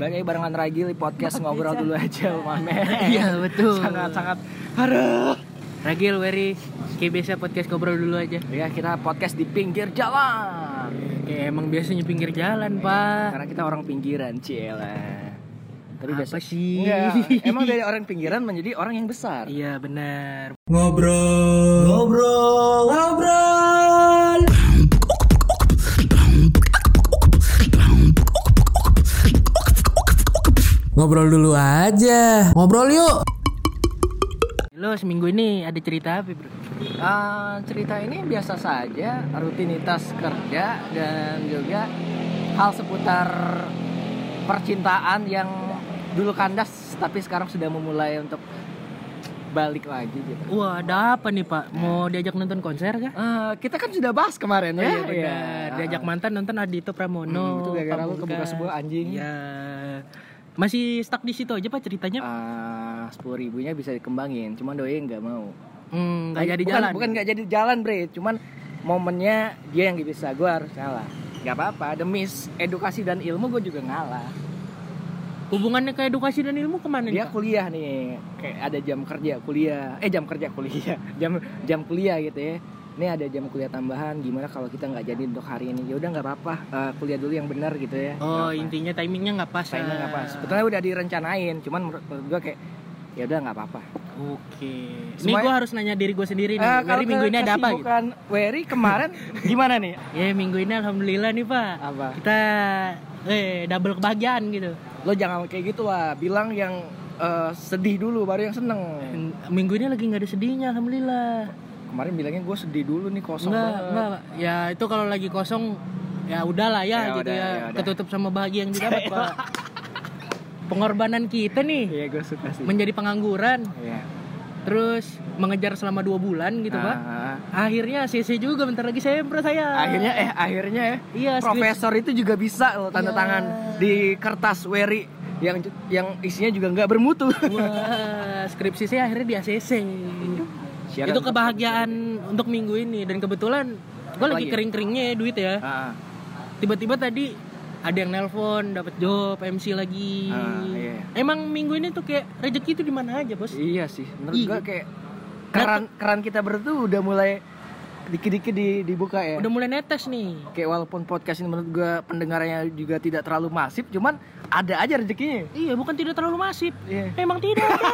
Balik lagi barengan Ragil di podcast ngobrol dulu aja, Mame. Iya betul. Sangat-sangat aduh. Ragil, Wery, kayak biasa podcast ngobrol dulu aja. Ya, kita podcast di pinggir jalan. Kayak emang biasanya pinggir jalan, Pak. Karena kita orang pinggiran, Cielah. Tapi Apa sih? Enggak, emang dari orang pinggiran menjadi orang yang besar. Iya benar. Ngobrol. Ngobrol dulu aja. Ngobrol yuk. Lo seminggu ini ada cerita apa, bro? Cerita ini biasa saja, rutinitas kerja dan juga hal seputar percintaan yang dulu kandas tapi sekarang sudah memulai untuk balik lagi gitu. Wah, ada apa nih, Pak? Mau diajak nonton konser kah? Kita kan sudah bahas kemarin ya. Iya benar. Diajak mantan nonton Adito Pramono. Itu gara-gara lu kebuka sebuah anjing. Iya. Masih stuck di situ aja, Pak, ceritanya? 10.000-nya bisa dikembangin, cuman doi nggak mau. Nggak jadi jalan. Bukan nggak jadi jalan, Bre. Cuman momennya dia yang bisa, gue harus kalah. Gak apa-apa, demi edukasi dan ilmu gue juga ngalah. Hubungannya ke edukasi dan ilmu kemana nih, Dia Pak? kuliah nih, kayak ada jam kerja kuliah, jam kuliah gitu ya. Ini ada jam kuliah tambahan, gimana kalau kita nggak jadi untuk hari ini? Ya udah nggak apa-apa, kuliah dulu yang benar gitu ya. Oh, intinya timingnya nggak pas. Timingnya nggak pas. Sebetulnya udah direncanain, cuman menurut gue kayak ya udah nggak apa-apa. Oke. Ini gue harus nanya diri gue sendiri nih. Kalau Minggu ini ada apa gitu? Bukan Wery kemarin gimana nih? Ya minggu ini alhamdulillah nih, Pak. Apa? Kita double kebahagiaan gitu. Lo jangan kayak gitu lah, bilang yang sedih dulu baru yang seneng. Minggu ini lagi nggak ada sedihnya, alhamdulillah. Kemarin bilangnya gue sedih dulu nih, kosong banget. Enggak. Ya itu kalau lagi kosong ya udahlah ya, gitu ya. Ketutup sama bahagia yang didapat, Pak. Pengorbanan kita nih. Iya, gue suka sih. Menjadi pengangguran. Iya. Terus mengejar selama 2 bulan gitu, Pak. Akhirnya CC juga, bentar lagi sempro saya. Akhirnya ya. Iya, Profesor itu juga bisa loh tanda tangan di kertas Wery yang isinya juga nggak bermutu. Wah, skripsi saya akhirnya di ACC. Itu kebahagiaan untuk minggu ini. Dan kebetulan gue lagi kering-keringnya ya duit ya. Tiba-tiba tadi ada yang nelpon, dapat job MC lagi. Iya. Emang minggu ini tuh kayak rezeki itu di mana aja, Bos? Iya sih, menurut gue kayak keran kita berdua udah mulai dikit-dikit dibuka ya. Udah mulai netes nih. Kayak walaupun podcast ini menurut gue pendengarannya juga tidak terlalu masif, cuman ada aja rezekinya. Iya, bukan tidak terlalu masif. Iya. Emang tidak ada.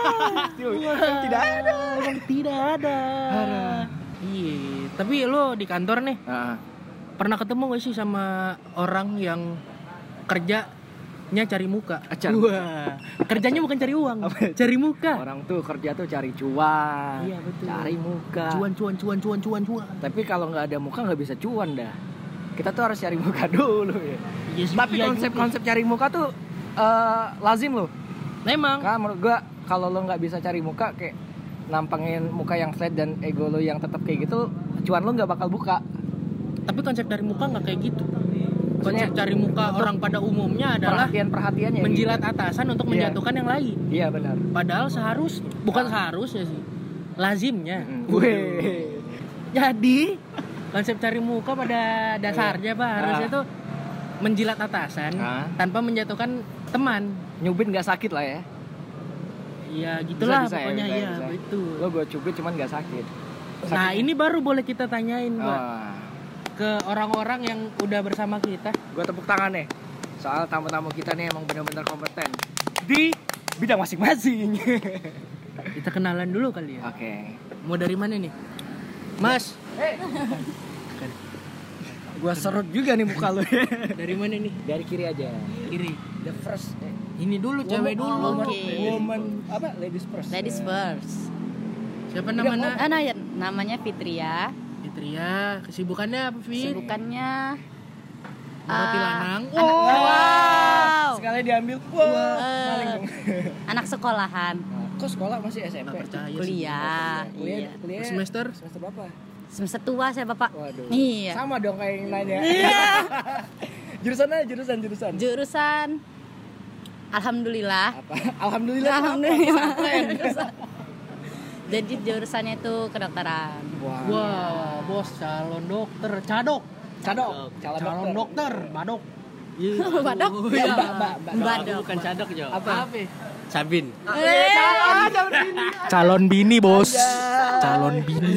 Emang tidak ada. Iya, tapi lo di kantor nih pernah ketemu gak sih sama orang yang kerjanya cari muka? Wah, kerjanya bukan cari uang, cari muka. Orang tuh kerja tuh cari cuan. Iya betul. Cari muka. Cuan. Tapi kalau nggak ada muka nggak bisa cuan dah. Kita tuh harus cari muka dulu ya. Yes, Tapi konsep cari muka tuh lazim loh. Memang. Kan menurut gua kalau lo nggak bisa cari muka kayak nampangin muka yang flat dan ego lo yang tetap kayak gitu, cuan lo nggak bakal buka. Tapi konsep dari muka nggak kayak gitu. Konsep cari muka orang pada umumnya adalah perhatiannya menjilat atasan untuk menjatuhkan yang lain. Iya benar. Padahal bukan seharusnya sih, lazimnya. Jadi konsep cari muka pada dasarnya, Pak, harusnya tuh menjilat atasan tanpa menjatuhkan teman. Nyubit nggak sakit lah ya. Iya gitulah bisa, pokoknya bisa. betul. Lo gue cubit cuman nggak sakit. Nah ini baru boleh kita tanyain, Pak, ke orang-orang yang udah bersama kita. Gue tepuk tangan nih. Soal tamu-tamu kita nih emang benar-benar kompeten di bidang masing-masing. Kita kenalan dulu kali ya. Oke. Mau dari mana nih, Mas? Gue serut juga nih muka lo. Dari mana nih? Dari kiri aja. Kiri. The first. Ini dulu, cewek dulu. Woman apa? Ladies first. Ladies first. Siapa namanya? Namanya Fitria. Fitria. Kesibukannya apa, Fit? Kesibukannya Roti lanang. Wow. Sekali diambil. Maling dong. Anak sekolahan. Kok sekolah masih SMP? Percaya Kuliah. Kuliah semester berapa? Semester tua saya, Bapak. Waduh. Iya. Sama dong kayak yang lain ya. Iya. Jurusan. Jurusan Alhamdulillah. Apa? Alhamdulillah. Jadi jurusannya itu kedokteran. Wah, bos calon dokter, calon dokter. dokter, badok. Badok. Iya. Badok. Bukan cadok Jo. Apa? Cabin. Calon bini, Bos. Calon bini.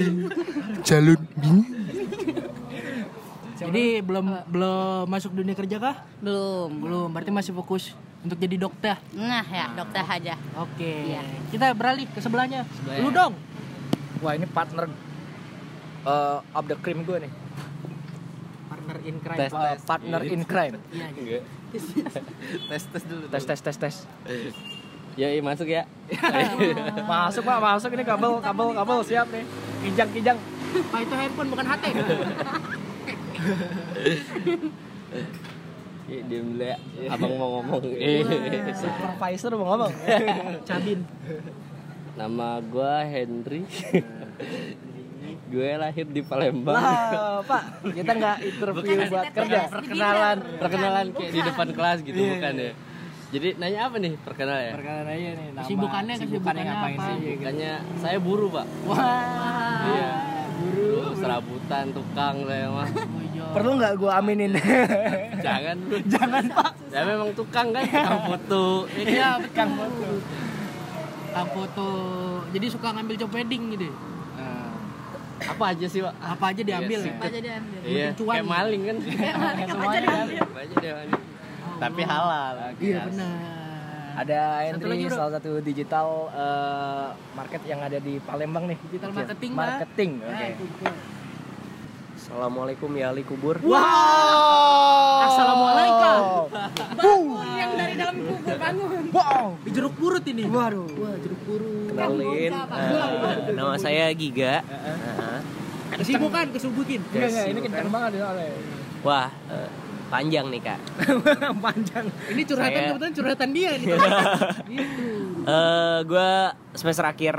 Jadi belum masuk dunia kerja kah? Belum. Berarti masih fokus untuk jadi dokter. Nah ya, dokter aja. Oke. Iya. Kita beralih ke sebelahnya. Lu dong. Wah, ini partner of the crime gue nih. Partner in crime. Partner in crime. Iya. Enggak. Tes dulu. Tes. Ya, masuk ya. Masuk Pak, masuk ini kabel siap nih. Kijang. Pak, itu handphone bukan HT. Diam dulu ya. Abang mau ngomong. Supervisor mau ngomong. Cabin. Nama gue Henry. Gue lahir di Palembang. Lah, Pak, kita nggak interview buat kerja. Perkenalan kayak di depan kelas gitu, bukan ya? Jadi nanya apa nih perkenalan ya? Perkenalan aja nih. Nama, Kesibukannya ngapain apa? sih? Bukannya saya buruh, Pak. Wah. Iya. Buruh, serabutan, tukang saya mah. Perlu nggak gue aminin? Jangan Pak. Ya memang tukang kan, tukang foto. Iya, tukang foto. Jadi suka ngambil job wedding gitu. Apa aja sih, Pak? Apa aja diambil Iya, ya? Apa aja diambil. Iya, cuan kayak nih. maling kan. Semuanya diambil. Apa aja diambil. Tapi halal. Iya benar. Ada Satu lagi, Henry, Bro. salah satu digital market yang ada di Palembang nih. Digital marketing, Mbak. Marketing, oke. Assalamualaikum ya Ali kubur. Wow. Assalamualaikum. Yang dari dalam kubur bangun. Wow. Di jeruk purut ini. Waduh. Wah, jeruk purut. Kenalin, nama saya Giga. Kesibukan, kesubukin. Iya, ini kencang banget soalnya. Wah, panjang nih Kak. Panjang. Ini curhatan Saya- kebetulan curhatan dia nih. Gitu. Gue semester akhir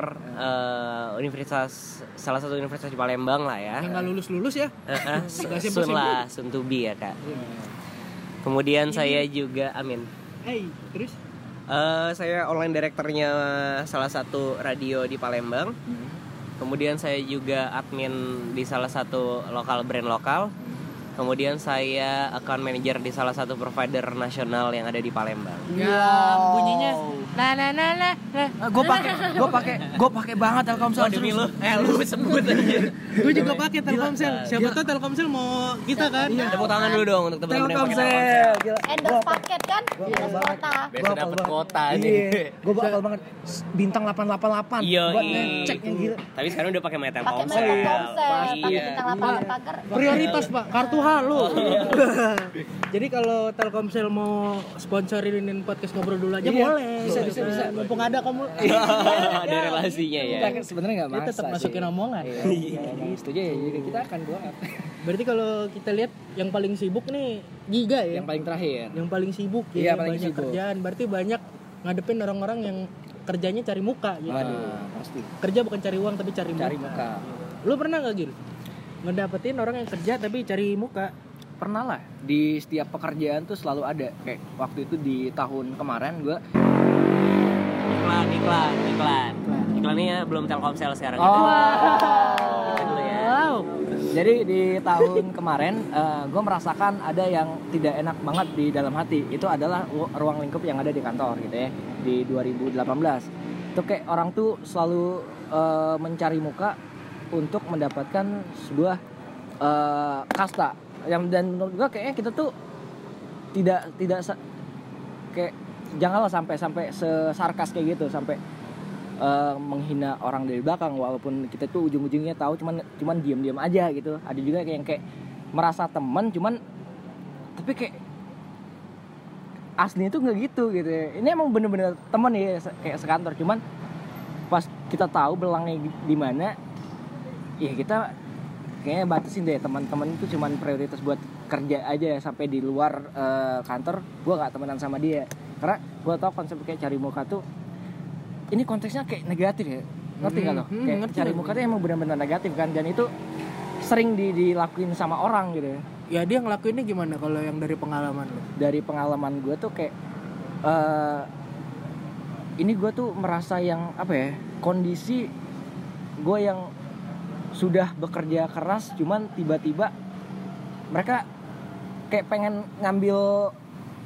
salah satu universitas di Palembang lah ya. Yang nggak lulus ya? Soon lah, soon to be ya Kak. Kemudian saya juga, amin. Terus? Saya online directornya salah satu radio di Palembang. Kemudian saya juga admin di salah satu brand lokal. Kemudian saya account manager di salah satu provider nasional yang ada di Palembang. Yang bunyinya Gue pakai banget Telkomsel. Demi lu sebut aja. gue juga pakai Telkomsel. Siapa tahu Telkomsel mau kita kan? Tepuk tangan dulu dong untuk teman-teman yang pakai Telkomsel. Gila. Endorse paket kan? Endorse kota. Biasa dapat kuota Iya. nih. Gue bakal banget bintang 888 Iya, buat ngecek yang gila. Tapi sekarang udah pakai Pakai Telkomsel. merek Telkomsel, pakai Iya. bintang 8 pagar. Prioritas Pak, kartu halo. Jadi kalau Telkomsel mau sponsorin podcast ngobrol dulu aja Iya, boleh. bisa. Mumpung ada kamu. Ada relasinya ya. Kita kan sebenarnya nggak Dia masalah. tetap masukin omongan. Iya, setuju ya. Jadi kita akan buat Berarti kalau kita lihat yang paling sibuk nih Giga ya. yang paling terakhir. Yang paling sibuk Iya, ya, paling banyak sibuk. kerjaan. Berarti banyak ngadepin orang-orang yang kerjanya cari muka gitu. Pasti. Kerja bukan cari uang tapi cari muka. Cari muka. Lu pernah gak Gil? Ngedapetin orang yang kerja tapi cari muka? Pernah lah. Di setiap pekerjaan tuh selalu ada. Kayak waktu itu di tahun kemarin gue. Iklan. Iklannya belum Telkomsel sekarang. Oh. Itu dulu ya. Jadi di tahun kemarin gue merasakan ada yang tidak enak banget di dalam hati. Itu adalah ruang lingkup yang ada di kantor gitu ya. Di 2018. Itu kayak orang tuh selalu mencari muka untuk mendapatkan sebuah kasta. Dan menurut gue kayaknya kita tuh tidak kayak janganlah sampai sesarkas kayak gitu, sampai menghina orang dari belakang, walaupun kita tuh ujung-ujungnya tahu cuman diam-diam aja gitu. Ada juga yang kayak merasa teman cuman tapi kayak aslinya tuh nggak gitu ya. Ini emang bener-bener teman ya, kayak sekantor, cuman pas kita tahu belangnya di mana ya kita kayaknya batasin deh. Teman-teman itu cuman prioritas buat kerja aja, sampai di luar kantor gue gak temenan sama dia karena gue tau konsep kayak cari muka tuh ini konteksnya kayak negatif ya, ngerti gak lo? Kayak ngerti. cari muka tuh emang benar-benar negatif kan, dan itu sering dilakuin sama orang gitu ya. Ya dia ngelakuinnya gimana kalau yang dari pengalaman lo? Dari pengalaman gue tuh kayak ini gue tuh merasa yang apa ya, kondisi gue yang sudah bekerja keras cuman tiba-tiba mereka kayak pengen ngambil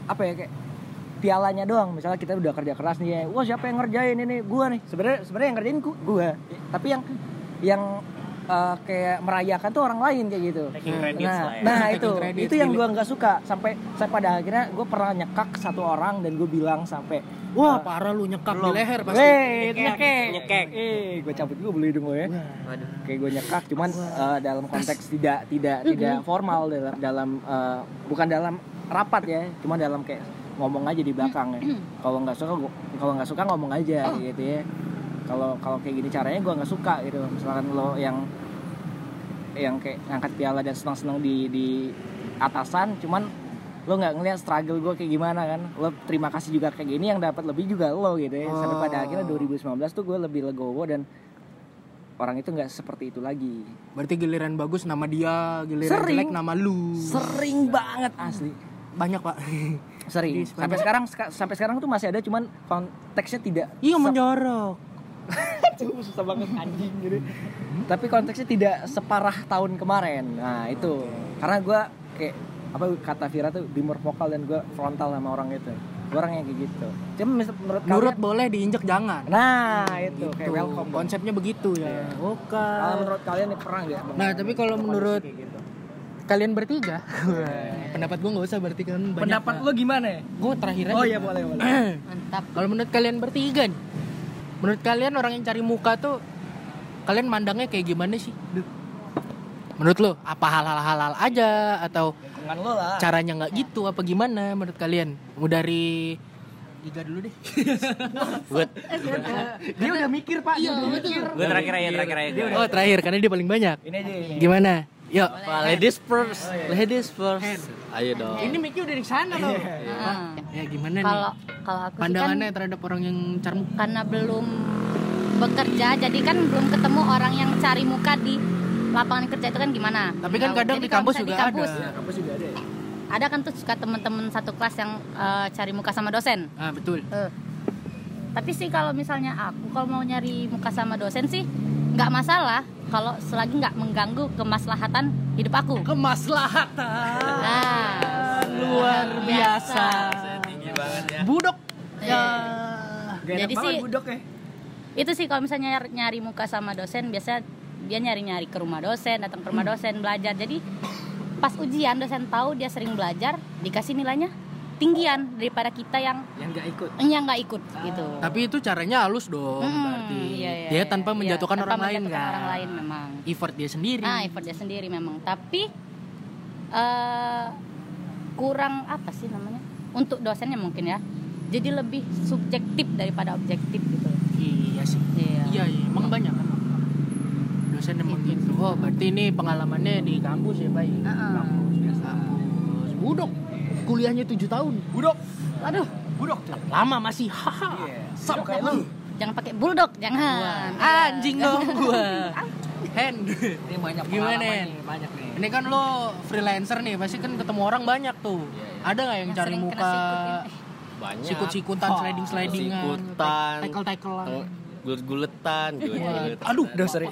apa ya kayak pialanya doang. Misalnya kita udah kerja keras nih ya, wah siapa yang ngerjain ini, gua nih. Sebenarnya yang ngerjain gua, tapi yang kayak merayakan tuh orang lain kayak gitu. Nah itu yang gue nggak suka. Sampai pada akhirnya gue pernah nyekak satu orang dan gue bilang sampai, wah parah lu nyekak di leher pasti. Nyekek. Gue cabut gue beli dong ya. Kayak gue nyekak, cuman dalam konteks tidak formal, dalam bukan dalam rapat ya, cuma dalam kayak ngomong aja di belakang ya. Kalau nggak suka ngomong aja gitu ya. Kalau kayak gini caranya gue nggak suka gitu. Misalkan lo yang kayak ngangkat piala dan senang-senang di atasan, cuman lo nggak ngeliat struggle gue kayak gimana kan. Lo terima kasih juga kayak gini, yang dapat lebih juga lo gitu ya. Sampai pada akhirnya 2019 tuh gue lebih legowo dan orang itu nggak seperti itu lagi. Berarti giliran bagus nama dia, giliran jelek nama lu. Sering banget asli. Banyak pak. Sering. Sampai sekarang tuh masih ada, cuman konteksnya tidak. Iya menjorok. Susah banget anjing gitu. Tapi konteksnya tidak separah tahun kemarin. Nah itu karena gue kayak apa kata Vira tuh be more vokal, dan gue frontal sama orang itu. Gue orang yang kayak gitu. Cuma menurut kalian boleh diinjek jangan. Nah itu gitu. kayak welcome. Konsepnya begitu ya. Oke. Menurut kalian nih pernah nggak? Nah tapi kalau menurut kalian bertiga, pendapat gue nggak usah berarti kan banyak. Pendapat lo gimana? Gue terakhir aja. Oh iya boleh. Mantap. Kalau menurut kalian bertiga nih, menurut kalian orang yang cari muka tuh kalian mandangnya kayak gimana sih? Menurut lo apa halal aja atau lo lah. Caranya nggak gitu apa gimana menurut kalian? Mau dari Giga dulu deh. Dia udah mikir pak. Iya, udah mikir. Gue terakhir aja. Oh terakhir karena dia paling banyak. Ini aja. Gimana? Yuk. Ladies first. Ladies first. Ayo dong. Ini mic udah di sana loh. Ya gimana nih? Kalau aku pandangannya sih kan, terhadap orang yang cari muka. karena belum bekerja, jadi kan belum ketemu orang yang cari muka di lapangan kerja itu kan gimana. Tapi kan kadang Jadi di kampus kalau juga misalnya di kampus, ada. Kampus juga ada. Ada kan tuh suka teman-teman satu kelas yang cari muka sama dosen. Ah betul. Tapi sih kalau misalnya aku kalau mau nyari muka sama dosen sih nggak masalah kalau selagi nggak mengganggu kemaslahatan hidup aku. Kemaslahatan. Nah, Luar biasa. Tinggi banget ya. Budok. Ya. Jadi sih budok ya. itu sih kalau misalnya nyari muka sama dosen biasa dia nyari ke rumah dosen, datang ke rumah dosen belajar. Jadi pas ujian dosen tahu dia sering belajar, dikasih nilainya tinggian daripada kita yang nggak ikut gitu. Tapi itu caranya halus dong. Berarti dia tanpa menjatuhkan orang lain kan. Orang lain memang. Effort dia sendiri. Effort dia sendiri memang. Tapi kurang apa sih namanya? Untuk dosennya mungkin ya. Jadi lebih subjektif daripada objektif gitu. Iya sih. Iya, emang banyak kan. Dosen emang gitu. Oh, berarti ini pengalamannya di kampus ya, Pak? Kampus biasa. Budok. Kuliahnya 7 tahun. Budok. Aduh, Budok. Lama masih. Haha. Sama kayak lu. jangan pakai bulldog, jangan. Anjing dong gua. Hen. Ini banyak Gimana, pengalaman Hen? nih, banyak nih. Ini kan lo freelancer nih, pasti kan ketemu orang banyak tuh. Ada nggak yang cari sering kena muka? sikut Banyak. Sikut-sikutan, sliding-slidingan, Sikutan. tackle-tacklean. Gulet-guletan. Aduh, udah sering.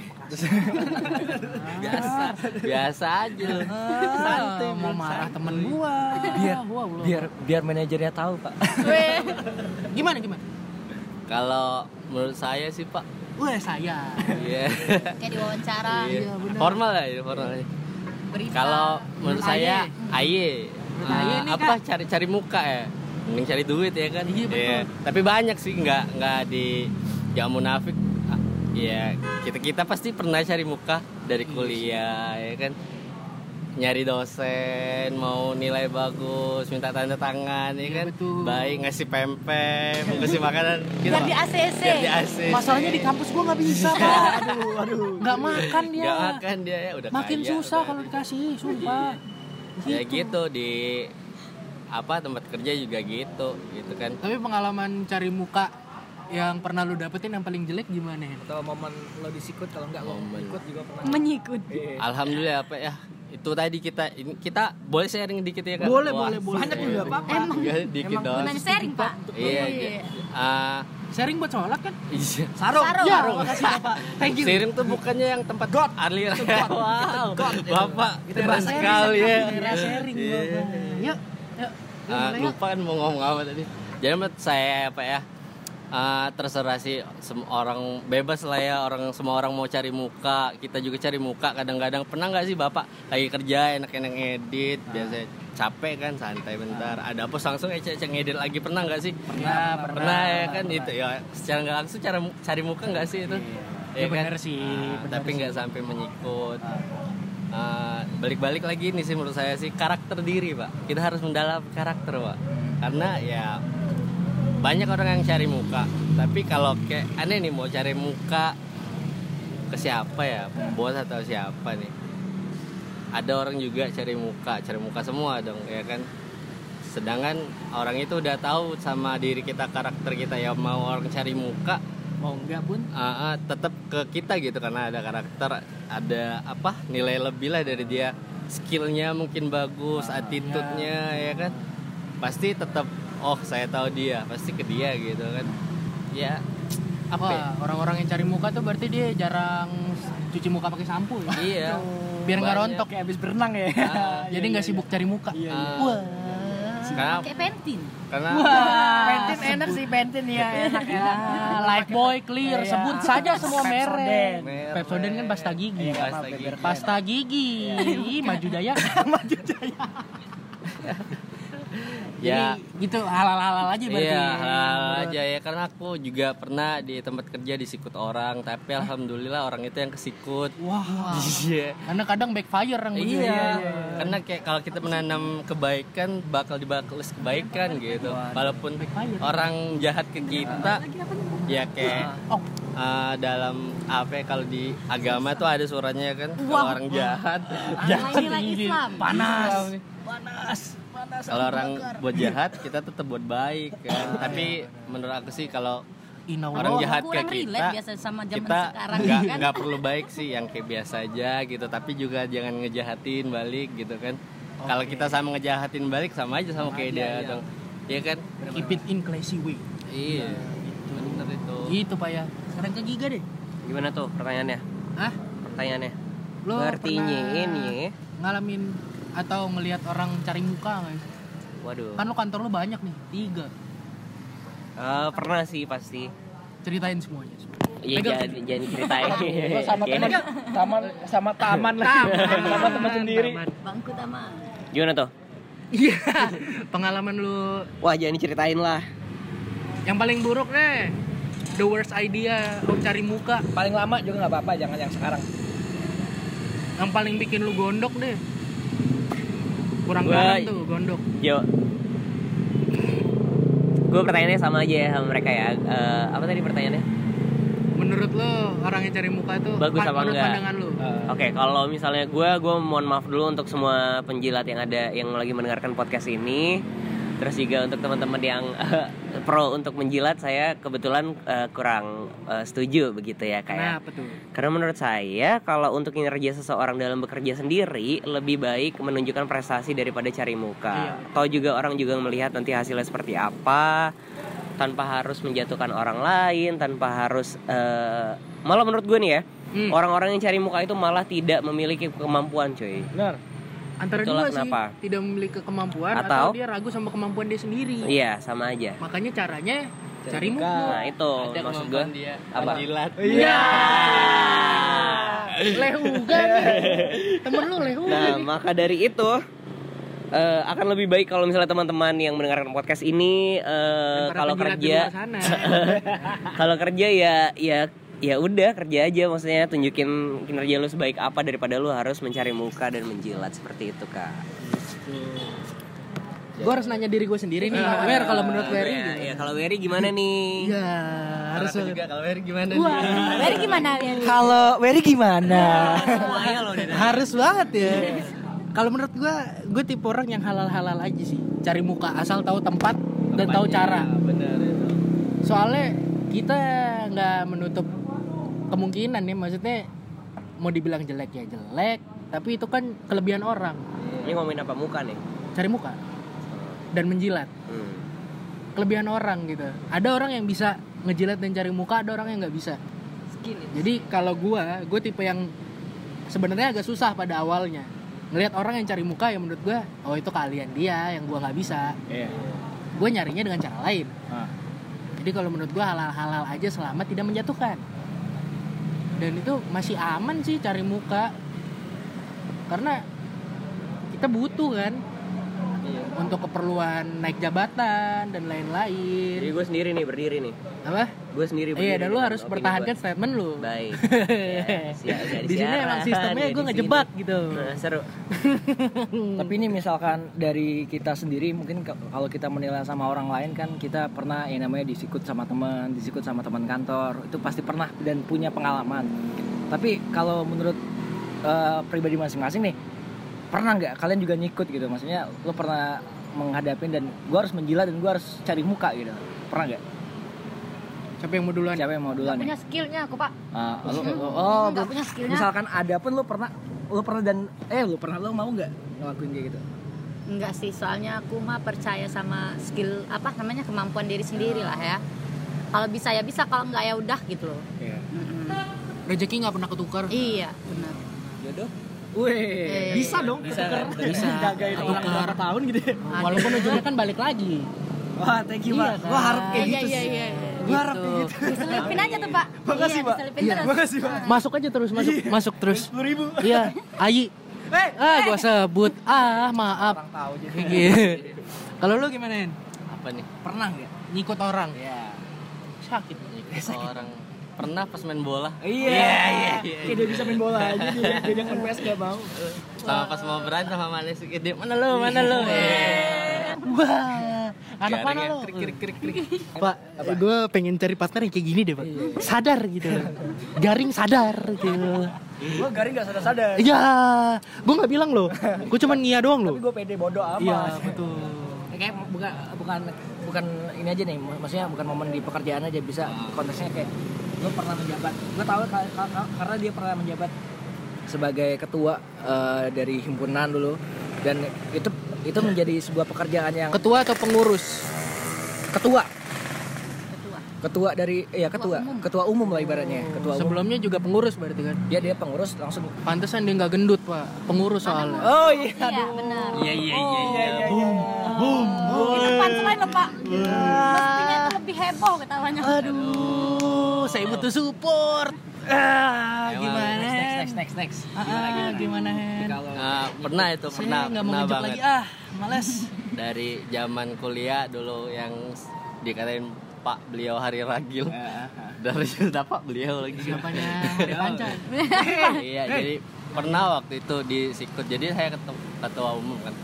Biasa aja. Santai, mau marah temen gua. Biar manajernya tahu, Pak. Gimana? Kalau menurut saya sih Pak. Wah, saya. Iya. Kayak diwawancara. Iya. benar. Formal lah ya, formal. Berita. Kalau menurut saya aye. Aye nih, apa cari muka ya? Mending cari duit ya kan? Iya, betul. Tapi banyak sih nggak di jangan munafik. Ya, kita pasti pernah cari muka dari kuliah ya kan. Nyari dosen, mau nilai bagus, minta tanda tangan ya kan. Betul. Baik ngasih pempek, mau ngasih makanan Biar di ACC. Biar di ACC. Masalahnya di kampus gua nggak bisa, Pak. Aduh. Nggak makan dia. Nggak makan dia ya udah Makin kaya, susah udah. kalau dikasih, sumpah. Ya gitu di tempat kerja juga gitu kan. Tapi pengalaman cari muka yang pernah lu dapetin yang paling jelek gimana ya? Atau momen lo disikut, kalau enggak lo Momen. ikut juga pernah. Menyikut. Alhamdulillah apa ya, itu tadi kita boleh sharing dikit ya kan? Boleh. Banyak juga apa-apa. Dikit dong. Gunanya sharing, Pak. Iya. Sharing buat sholat kan? Iya. Sarung. Ya, makasih Bapak. Thank you. Sharing tuh bukannya yang tempat God Arli. Wow. Bapak Itu keren bahasa sekali ya. Sharing Iya. Bapak. Yuk. lupa kan mau ngomong apa tadi. Jadi menurut saya apa ya, terserah sih, orang bebas lah ya, semua orang mau cari muka, kita juga cari muka kadang-kadang. Pernah nggak sih bapak lagi kerja enak-enak ngedit, biasanya capek kan, santai bentar, ada apa langsung ngedit lagi, pernah nggak sih? Pernah ya kan, itu ya secara nggak langsung cara cari muka nggak sih itu? Ya kan? benar sih, Tapi nggak sampai menyikut. Balik-balik lagi nih sih menurut saya sih, karakter diri pak, kita harus mendalam karakter pak, karena ya banyak orang yang cari muka, tapi kalau kayak aneh nih mau cari muka ke siapa ya, bos atau siapa nih, ada orang juga cari muka semua dong ya kan, sedangkan orang itu udah tahu sama diri kita, karakter kita, ya mau orang cari muka mau enggak pun tetap ke kita gitu, karena ada karakter, ada apa nilai lebih lah dari dia, skillnya mungkin bagus, attitude-nya ya kan, pasti tetap oh saya tahu dia, pasti ke dia gitu kan ya. Apa orang-orang yang cari muka tuh berarti dia jarang cuci muka pakai sampo ya? Iya, biar nggak rontok kayak habis berenang ya. Jadi nggak sibuk cari muka. Wah, Kayak Pentin. Karena Pentin enak sih, Pentin ya enak. Lifebuoy, Clear, sebut saja semua merek. Pepsodent kan pasta gigi. Pasta gigi. Maju Jaya. ya gitu, halal-halal aja berarti. Iya, halal aja ya, karena aku juga pernah di tempat kerja disikut orang, tapi alhamdulillah orang itu yang kesikut. Wah. Iya. Karena kadang backfire yang begitu. Iya. Karena kayak kalau kita menanam kebaikan bakal dibalas kebaikan gitu. Walaupun orang jahat ke kita, ya kayak dalam apa ya, kalau di agama tuh ada suratnya kan, kalau orang jahat Nilai Islam. panas. Kalau orang buat jahat, kita tetap buat baik kan. Tapi menurut aku sih kalau orang jahat ke kita, kita nggak perlu baik sih, yang kayak biasa aja gitu. Tapi juga jangan ngejahatin balik gitu kan. Kalau kita sama ngejahatin balik, sama aja sama kayak dia dong. Iya kan? Keep it in classy way. Iya. Bener itu. Gitu pak ya. Sekarang ke Giga deh. Gimana tuh pertanyaannya? Pertanyaannya. Lo Ngertinya ini. ngalamin atau ngelihat orang cari muka nggak? Waduh. Kan lo kantor lo banyak nih, 3. Pernah sih pasti. Ceritain semuanya. Iya, jangan ceritain. Sama teman, sama taman lah. Sama teman sendiri. Bangku taman. Gimana tuh? Iya. Pengalaman lu. Wah, jangan diceritain lah. Yang paling buruk deh. The worst idea lo cari muka. Paling lama juga nggak apa-apa, jangan yang sekarang. Yang paling bikin lu gondok deh. Kurang garam tuh, gondok. Yo. Gue pertanyaannya sama aja ya sama mereka ya. Apa tadi pertanyaannya? Menurut lo orang yang cari muka tuh bagus apa enggak? Pandangan lu? Oke, kalau misalnya gue mohon maaf dulu untuk semua penjilat yang ada yang lagi mendengarkan podcast ini. Terus juga untuk teman-teman yang pro untuk menjilat, saya kebetulan kurang setuju begitu ya kayak. Kenapa tuh? Karena menurut saya kalau untuk kinerja seseorang dalam bekerja sendiri lebih baik menunjukkan prestasi daripada cari muka. Iya. Atau juga orang juga melihat nanti hasilnya seperti apa, tanpa harus menjatuhkan orang lain, tanpa harus malah menurut gue nih ya, orang-orang yang cari muka itu malah tidak memiliki kemampuan, coy. Benar. Antara Itulah dua kenapa. sih, tidak memiliki kemampuan atau dia ragu sama kemampuan dia sendiri. Iya, sama aja. Makanya caranya cari muka. Nah, itu Ada maksud gue. dia Apa? Jilat. Iya. Lehuga nih. Temen lu lehuga. Nah, maka dari itu akan lebih baik kalau misalnya teman-teman yang mendengarkan podcast ini kalau kerja kalau kerja ya udah kerja aja, maksudnya tunjukin kinerja lu sebaik apa daripada lu harus mencari muka dan menjilat seperti itu, Kak. Gue harus nanya diri gue sendiri nih. Wer, kalau menurut Wery gimana? Ya, kalau Wery gimana nih? Iya, harus juga kalau Wery gimana nih? Wery gimana? Kalau Wery gimana? Semuanya loh deh. Harus banget ya. Kalau menurut gue tipe orang yang halal-halal aja sih. Cari muka, asal tahu tempat dan tahu cara. Benar itu. Soalnya kita nggak menutup kemungkinan nih, maksudnya mau dibilang jelek ya jelek, tapi itu kan kelebihan orang. Ini ngomongin apa, muka nih? Cari muka dan menjilat. Kelebihan orang gitu. Ada orang yang bisa ngejilat dan cari muka, ada orang yang nggak bisa. Jadi kalau gue tipe yang sebenarnya agak susah pada awalnya ngelihat orang yang cari muka yang menurut gue, oh itu keahlian dia yang gue nggak bisa. Gue nyarinya dengan cara lain. Jadi kalau menurut gue halal aja selama tidak menjatuhkan. Dan itu masih aman sih cari muka, karena kita butuh kan untuk keperluan naik jabatan dan lain-lain. Jadi gue sendiri nih berdiri nih. Apa? Gue sendiri berdiri. Iya, dan lu harus pertahankan statement lu. Baik. Di sini emang sistemnya gue ngejebak gitu. Nah, seru. Tapi ini misalkan dari kita sendiri, mungkin kalau kita menilai sama orang lain kan, kita pernah yang namanya disikut sama teman kantor, itu pasti pernah dan punya pengalaman. Tapi kalau menurut pribadi masing-masing nih, pernah nggak kalian juga nyikut gitu? Maksudnya lo pernah menghadapin dan gue harus menjilat dan gue harus cari muka gitu, pernah nggak? Siapa yang mau duluan? Gak punya skillnya aku, Pak. Gak punya skillnya. Misalkan ada pun lo pernah lo mau nggak ngelakuin kayak gitu? Enggak sih, soalnya aku mah percaya sama skill kemampuan diri sendiri lah ya. Kalau bisa ya bisa, kalau enggak ya udah gitu loh. Iya. Rezeki nggak pernah ketukar. Iya, benar. Jodoh. Wih, bisa dong ketukar. Bisa. Jagain orang berapa tahun gitu ya. Walaupun ujungnya kan balik lagi. Wah, thank you, Pak. Gue harap kayak gitu sih. Iya. Gue harap kayak gitu. Diselipin aja tuh, Pak. Makasih, Pak. Diselipin terus. Makasih, Pak. Masuk aja terus, masuk terus. 10.000. Iya, Ayi. Gua sebut. Maaf. Orang tahu jadi. Kalau lu gimana, Hen? Apa nih? Pernah nggak nyikut orang? Iya. Sakit. Orang pernah pas main bola. Iya. Kayak dia bisa main bola aja dia kempes gak mau. Sama pas mau berantem sama Manis, dia mana lu? Wah, anak mana lo? Krik. Pak, gue pengen cari partner yang kayak gini deh, Pak. Sadar gitu. Garing sadar gitu. Gue garing gak sadar-sadar. Iya, gue nggak bilang loh. Gue cuma ngia doang loh. Tapi gue pede bodoh amat. Iya, betul. Kayak bukan ini aja nih, maksudnya bukan momen di pekerjaan aja, bisa konteksnya kayak lo pernah menjabat. Gue tahu karena dia pernah menjabat sebagai ketua dari himpunan dulu, dan itu menjadi sebuah pekerjaan yang Ketua atau pengurus? ketua dari ketua umum lah ibaratnya, ketua umum. Sebelumnya juga pengurus berarti kan? Dia pengurus langsung. Pantesan dia nggak gendut, Pak. Pengurus soalnya. Oh iya, Iya, benar. Iya. Boom. Itu punchline loh, Pak. Mestinya itu lebih heboh ketawanya. Aduh, saya butuh support. Gimana? Next. Gimana, Hen? Pernah itu, Saya nggak mau ngejok banget. lagi, males. Dari zaman kuliah dulu yang dikatain Pak beliau hari ragil. Dari sudah Pak beliau lagi. Siapanya? Pancan. Iya, jadi pernah waktu itu disikut. Jadi saya ketua umum kan.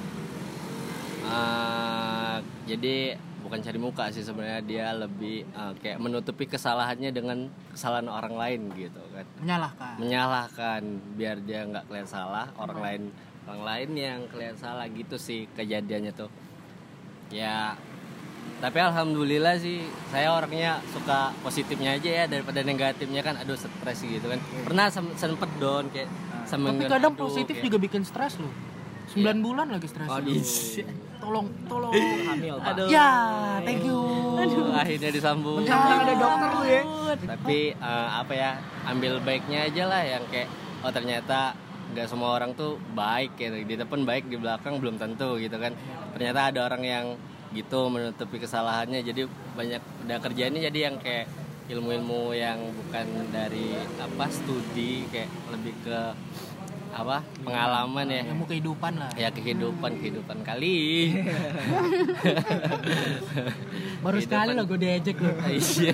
Jadi bukan cari muka sih sebenarnya, dia lebih kayak menutupi kesalahannya dengan kesalahan orang lain gitu kan. Menyalahkan biar dia nggak kelihatan salah, orang lain yang kelihatan salah gitu sih kejadiannya tuh. Ya, tapi alhamdulillah sih saya orangnya suka positifnya aja ya daripada negatifnya kan, aduh stres gitu kan. Pernah sempet down kayak Tapi kadang positif kayak juga bikin stres loh. 9 bulan lagi stres. Tolong. Hamil, Pak. Aduh. Ya, thank you. Aduh, akhirnya disambung. Ada dokter lu ya. Tapi ambil baiknya aja lah, yang kayak ternyata nggak semua orang tuh baik gitu. Dia pun baik di belakang belum tentu gitu kan. Ternyata ada orang yang gitu menutupi kesalahannya, jadi banyak udah kerjanya jadi yang kayak ilmu-ilmu yang bukan dari studi, kayak lebih ke pengalaman ya. Ilmu kehidupan lah. Ya kehidupan kali. Baru sekali lo gue diejek lo. Iya.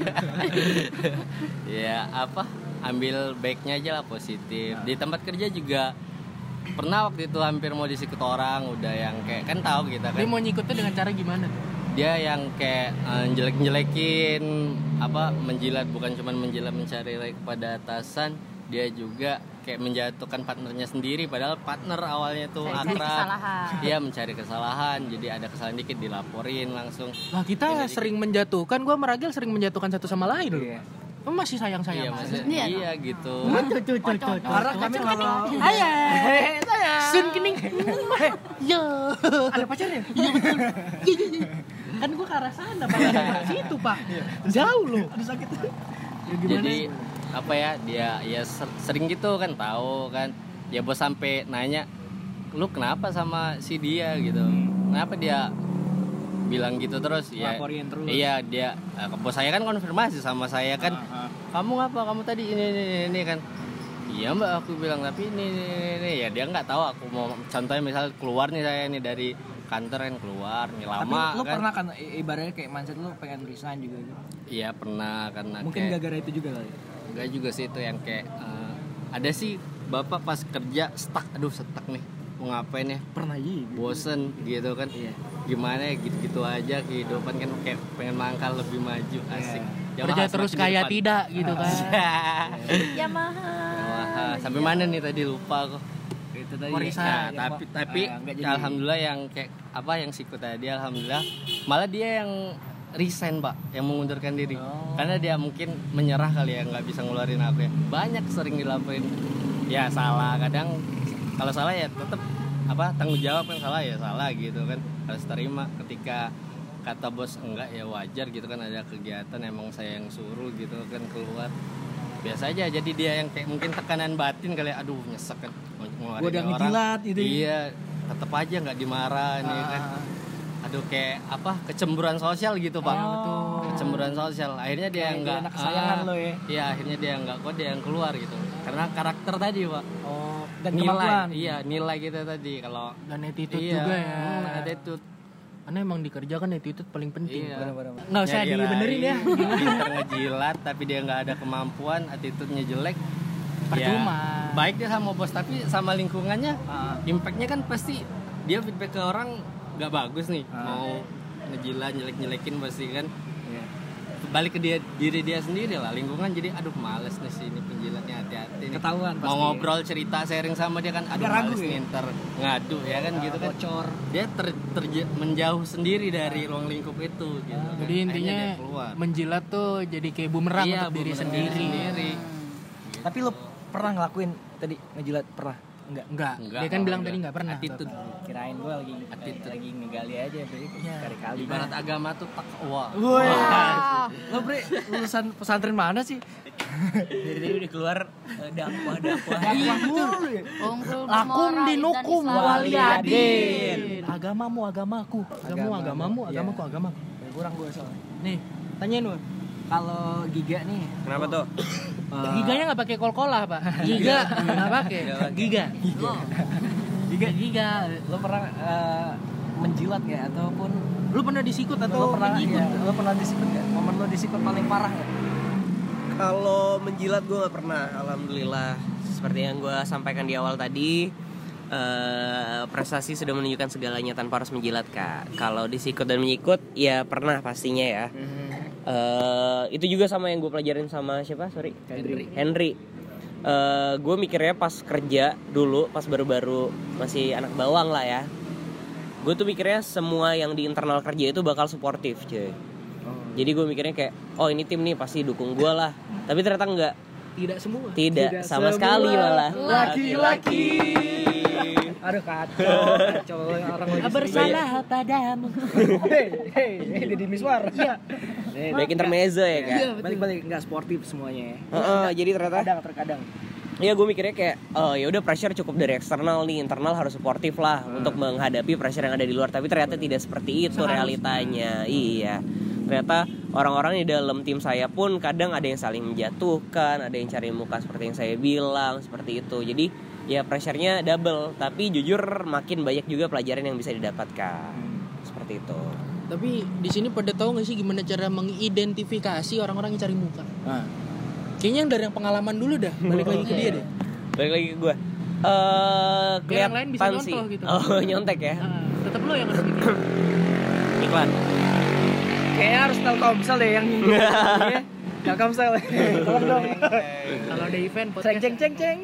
Ya ambil baiknya aja lah, positif. Di tempat kerja juga pernah waktu itu hampir mau disikut orang, udah yang kayak kan tahu kita kan. Dia mau nyikutnya dengan cara gimana tuh? Dia yang kayak jelek-jelekin, menjilat, bukan cuma menjilat mencari like pada atasan, dia juga kayak menjatuhkan partnernya sendiri, padahal partner awalnya tuh akrab. Dia mencari kesalahan, jadi ada kesalahan dikit dilaporin langsung. Nah, kita sering menjatuhkan, gue meragil sering menjatuhkan satu sama lain loh. Masih sayang-sayang. Iya gitu. Karena kami kalau Sun kening. Yo. ada pacarnya. Iya betul. Kan gue ke arah sana, Pak. Situ, Pak. Jauh loh. Aduh sakit. Jadi dia sering gitu kan, tahu kan. Ya bos sampai nanya, lu kenapa sama si dia gitu, kenapa dia bilang gitu terus ya. Terus. Iya, dia bos saya kan konfirmasi sama saya kan, kamu ngapa, kamu tadi ini kan. Iya mbak, aku bilang tapi ini ya dia nggak tahu aku mau, contohnya misal keluar nih saya nih dari kantor kan, keluar nih lama. Tapi lu kan pernah kan ibaratnya kayak mindset lu pengen resign juga gitu? Iya pernah, karena mungkin gara-gara itu juga kali. Enggak juga sih, itu yang kayak ada sih bapak pas kerja stuck nih mau ngapain ya, Pernah gitu. bosen gitu kan. Iya. Gimana ya gitu-gitu aja kehidupan kan, kayak pengen mangkal lebih maju, asik. Kerja terus kayak tidak gitu kan. Yamaha. Sampai mana nih tadi lupa kok. Itu tadi. Nah, tapi alhamdulillah yang kayak apa yang sikut tadi, alhamdulillah malah dia yang resign pak, yang mengundurkan diri. Karena dia mungkin menyerah kali ya, nggak bisa ngeluarin aku ya. Banyak sering dilakuin ya, salah kadang, kalau salah ya tetap apa, tanggung jawab kan, salah ya salah gitu kan, harus terima. Ketika kata bos enggak ya wajar gitu kan, ada kegiatan emang saya yang suruh gitu kan keluar, biasa aja. Jadi dia yang kayak mungkin tekanan batin kali, aduh nyesek kan, gue udah ngejilat gitu. Iya, tetap aja nggak dimarah nih kan. Aduh kayak apa, kecemburuan sosial gitu pak. Betul. Kecemburuan sosial, akhirnya dia enggak, anak kesayangan lo ya. Iya, akhirnya dia enggak, kok dia yang keluar gitu, karena karakter tadi pak. Dan Nilai, kemampuan. iya nilai kita tadi. Kalau Dan attitude iya, juga ya. Attitude. Karena emang dikerjakan attitude paling penting. Iya. Nggak usah dibenerin ya. Pinter ngejilat tapi dia nggak ada kemampuan, attitude-nya jelek. Percuma. Ya, baik dia sama bos tapi sama lingkungannya, impact-nya kan pasti dia feedback ke orang nggak bagus nih. Mau ngejilat, jelek-jelekin pasti kan. Balik ke diri dia sendiri lah, lingkungan jadi aduh males nih sini penjilatnya, hati-hati nih. Ketahuan pasti. Mau ngobrol cerita sharing sama dia kan, aduh ragu males ya? ntar ngadu ya kan gitu kan. Bocor. Dia menjauh sendiri dari ruang lingkup itu gitu. Jadi intinya Akhirnya dia keluar. menjilat tuh jadi kayak bumerang Iya, untuk diri bumerang sendiri. Tapi lo pernah ngelakuin tadi ngejilat? Pernah? Enggak. Enggak, Dia kan bilang enggak. tadi enggak pernah. Attitude. Kirain gue lagi ngegali aja, kali-kali. Ibarat agama tuh takwa. Wah, lo Bre, lulusan pesantren mana sih? Jadi udah keluar dakwah. Lakum dinukum waliyadin. Agamamu agamaku, agamamu. Kurang gue soalnya. Nih, tanyain lu. Kalau Giga nih, Kenapa tuh? Giganya nggak pakai kol-kolah pak. Giga nggak pakai. Giga. lo pernah menjilat nggak, ataupun Lu pernah disikut lo atau pernah menyikut? lo pernah disikut nggak? Momen lo disikut paling parah nggak? Kalau menjilat gue nggak pernah, alhamdulillah. Seperti yang gue sampaikan di awal tadi, prestasi sudah menunjukkan segalanya tanpa harus menjilat kak. Kalau disikut dan menyikut, ya pernah pastinya ya. Itu juga sama yang gue pelajarin sama siapa? Henry. Gue mikirnya pas kerja dulu, pas baru-baru masih anak bawang lah ya. Gue tuh mikirnya semua yang di internal kerja itu bakal suportif cuy. Jadi gue mikirnya kayak, oh ini tim nih pasti dukung gue lah. Tapi ternyata enggak. Tidak semua. Tidak sama sekali malah. Laki-laki. Aduh kacau orang lagi Bersalah padamu. Hei, Deddy Miswar. Iya. Baik intermezzo ya kan. Balik-balik nggak sportif semuanya. Jadi ternyata Terkadang. ya gue mikirnya kayak, oh ya udah pressure cukup dari eksternal nih, internal harus suportif lah untuk menghadapi pressure yang ada di luar. Tapi ternyata tidak seperti itu realitanya. Iya. Ternyata orang-orang di dalam tim saya pun kadang ada yang saling menjatuhkan, ada yang cari muka seperti yang saya bilang, seperti itu. Jadi ya pressure-nya double, tapi jujur makin banyak juga pelajaran yang bisa didapatkan. Seperti itu. Tapi di sini pada tahu nggak sih gimana cara mengidentifikasi orang-orang yang cari muka? Kayaknya yang dari yang pengalaman dulu dah, balik lagi ke dia deh. Balik lagi ke gue. Yang lain bisa Kelihatan sih. nyontoh gitu. Oh, nyontek ya. Tetap lo yang harus bikin. Iklan. Kayaknya harus Telkomsel deh yang nyinggung. Telkomsel. Tolong dong. Kalau ada event podcast. Ceng.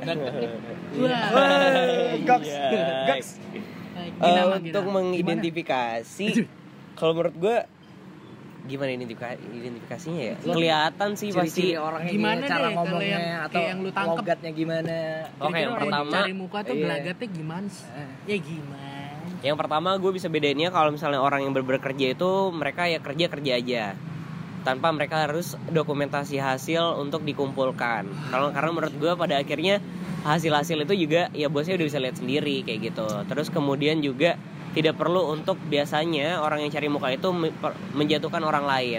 Goks. Untuk mengidentifikasi, kalau menurut gue gimana identifikasinya ya? Kelihatan sih pasti. Ciri-ciri orangnya Gimana cara deh, ngomongnya kalau yang atau kayak yang lu tangkep. logatnya gimana. Oke, yang pertama, cari muka tuh iya. gelagatnya gimana sih? Ya gimana? yang pertama gue bisa bedainnya kalau misalnya orang yang bekerja itu mereka ya kerja aja tanpa mereka harus dokumentasi hasil untuk dikumpulkan. Karena menurut gue pada akhirnya hasil itu juga ya bosnya udah bisa lihat sendiri kayak gitu. Terus kemudian juga tidak perlu untuk biasanya orang yang cari muka itu menjatuhkan orang lain.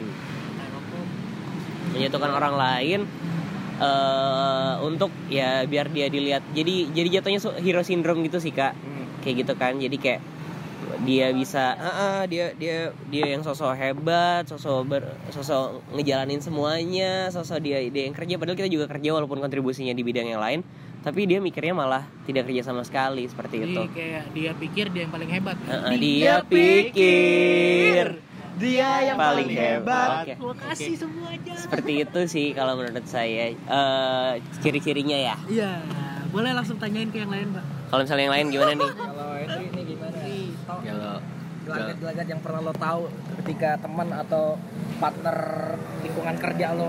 Untuk ya biar dia dilihat. Jadi jatuhnya hero syndrome gitu sih Kak. Kayak gitu kan. Jadi kayak dia bisa dia yang sosok hebat, sosok ngejalanin semuanya, sosok dia yang kerja, padahal kita juga kerja walaupun kontribusinya di bidang yang lain, tapi dia mikirnya malah tidak kerja sama sekali seperti itu. Jadi kayak dia pikir dia yang paling hebat. Dia pikir dia yang paling hebat. Okay. Makasih semuanya. Seperti itu sih kalau menurut saya ciri-cirinya ya. Iya, boleh langsung tanyain ke yang lain, Pak. Kalau misalnya yang lain gimana nih? Kalau Henry ini gimana? Kalau Gelagat-gelagat yang pernah lo tahu ketika teman atau partner lingkungan kerja lo,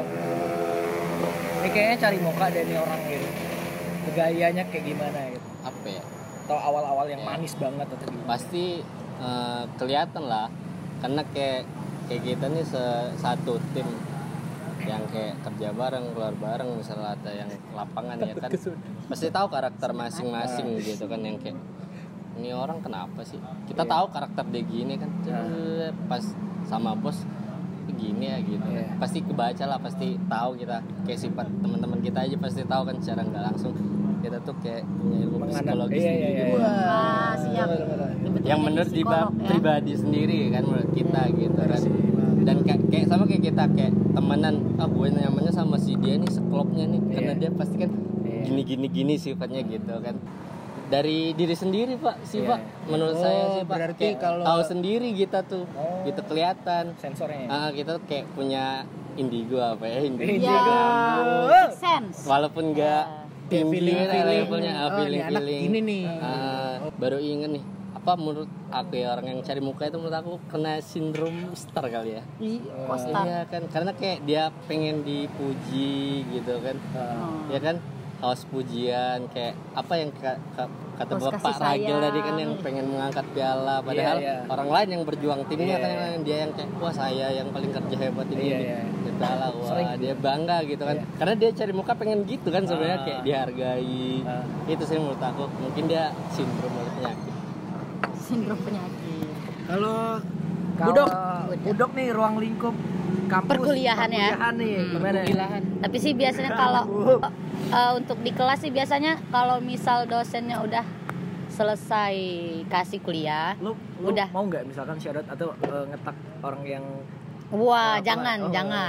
ini kayaknya cari muka dari orang gitu, gayanya kayak gimana gitu, apa ya? atau awal-awal yang manis banget atau gimana? Pasti kelihatan lah, karena kayak kita nih satu tim yang kayak kerja bareng, keluar bareng, misalnya ada yang lapangan ya kan, pasti tahu karakter masing-masing gitu kan, yang kayak ini orang kenapa sih? Kita tahu karakter dia gini kan, pas sama bos gini ya gitu. Pasti kebaca lah, pasti tahu kita kayak sifat teman-teman kita aja pasti tahu kan secara nggak langsung. Kita tuh kayak punya ilmu psikologis sendiri. Wah, siap. Yang menurut pribadi sendiri kan menurut kita gitu kan. Dan kayak sama kayak kita kayak temenan, gue nyamannya sama si dia nih, seklopnya nih, karena dia pasti kan gini sifatnya gitu kan. Dari diri sendiri Pak sih Pak, menurut saya sih Pak, berarti kalau tahu sendiri kita tuh, gitu kelihatan sensornya. Kita kayak punya indigo apa ya, Iya. Sense. walaupun nggak tinggi levelnya, feeling ini nih. Baru inget nih, apa menurut aku ya, orang yang cari muka itu menurut aku kena sindrom star kali ya. Iya kan, karena kayak dia pengen dipuji gitu kan, ya kan, haus pujian, kayak apa yang kata Bapak Ragil tadi kan, yang pengen mengangkat piala, padahal orang lain yang berjuang timnya kan, dia yang kayak wah saya yang paling kerja hebat ini, piala, wah dia bangga gitu kan, karena dia cari muka pengen gitu kan sebenarnya, kayak dihargai. Itu sih menurut aku, mungkin dia sindrom penyakit. Kalau Budok nih ruang lingkup kampus Perkuliahan ya. nih gimana? Tapi sih biasanya kalau untuk di kelas sih biasanya kalau misal dosennya udah selesai kasih kuliah, Lu udah mau nggak misalkan syarat atau ngetak orang yang jangan.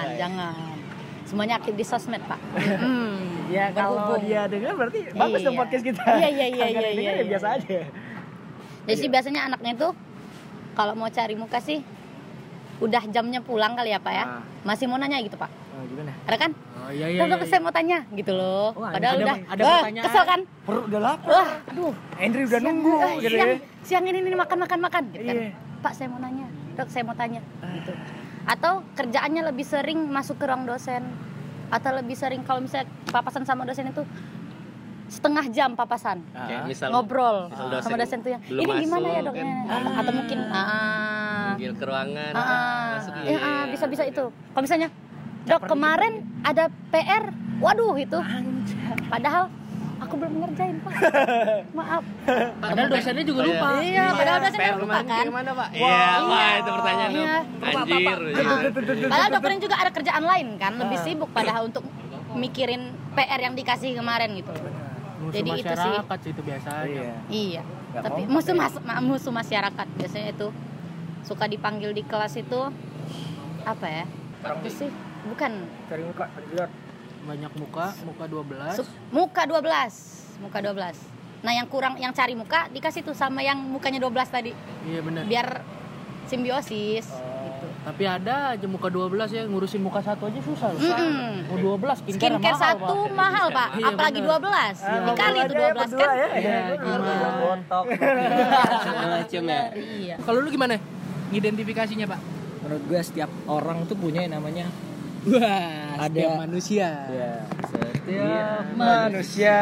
Semuanya aktif di sosmed, Pak. ya kalau dia dengar berarti bagus dong podcast kita. Iya. Biasa aja. Jadi sih biasanya anaknya tuh kalau mau cari muka sih udah jamnya pulang kali ya Pak ya. Masih mau nanya gitu Pak. Gimana? Ada kan? Iya. Saya mau tanya gitu loh. Padahal udah pertanyaan. kesel kan? Perut udah lapar. Aduh. Henry udah nunggu gitu ya. Siang ini makan gitu kan. Pak saya mau nanya. Dok saya mau tanya gitu. Atau kerjaannya lebih sering masuk ke ruang dosen, atau lebih sering kalau misalnya papasan sama dosen itu setengah jam papasan, ngobrol sama dosen tuh yang ini gimana ya doknya, atau mungkin panggil ke ruangan, bisa itu. Kalau misalnya dok kemarin ada PR, waduh itu, padahal aku belum ngerjain Pak, maaf. Padahal dosennya juga lupa. Iya, padahal dosennya lupa kan. Gimana Pak? Wah itu pertanyaan lu. Anjir. Padahal dokternya juga ada kerjaan lain kan, lebih sibuk padahal untuk mikirin PR yang dikasih kemarin gitu. Jadi itu sih itu biasa aja. Iya. Tapi musuh masyarakat biasanya itu suka dipanggil di kelas itu apa ya? Itu sih bukan cari muka lihat banyak muka 12. Muka 12. Nah, yang cari muka dikasih tuh sama yang mukanya 12 tadi. Iya benar. Biar simbiosis gitu. Tapi ada aja muka 12 ya, ngurusin muka satu aja susah loh. Mau 12 skincare satu mahal Pak. Iya, apalagi 12. Dikali itu 12 kan. Botok. Macam ya. Iya. Kalau lu gimana? Identifikasinya Pak? Menurut gue setiap orang tuh punya yang namanya setiap manusia. Ya, setiap manusia.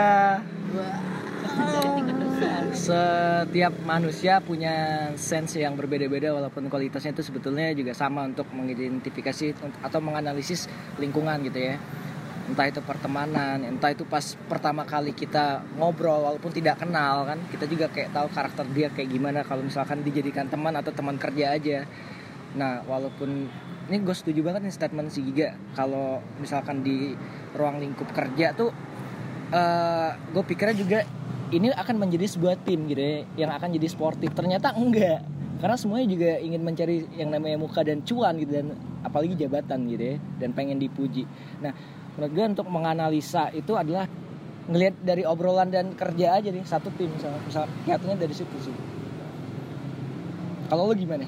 Setiap manusia punya sense yang berbeda-beda, walaupun kualitasnya itu sebetulnya juga sama untuk mengidentifikasi atau menganalisis lingkungan gitu ya. entah itu pertemanan, entah itu pas pertama kali kita ngobrol walaupun tidak kenal kan, kita juga kayak tahu karakter dia kayak gimana kalau misalkan dijadikan teman atau teman kerja aja. Nah walaupun ini gue setuju banget nih statement si Giga, kalau misalkan di ruang lingkup kerja tuh gue pikirnya juga ini akan menjadi sebuah tim gitu ya, yang akan jadi sportif. Ternyata enggak, karena semuanya juga ingin mencari yang namanya muka dan cuan gitu, dan apalagi jabatan gitu ya, dan pengen dipuji. Nah menurut gue untuk menganalisa itu adalah ngelihat dari obrolan dan kerja aja nih satu tim, misal kelihatannya dari situ sih. Kalau lo gimana?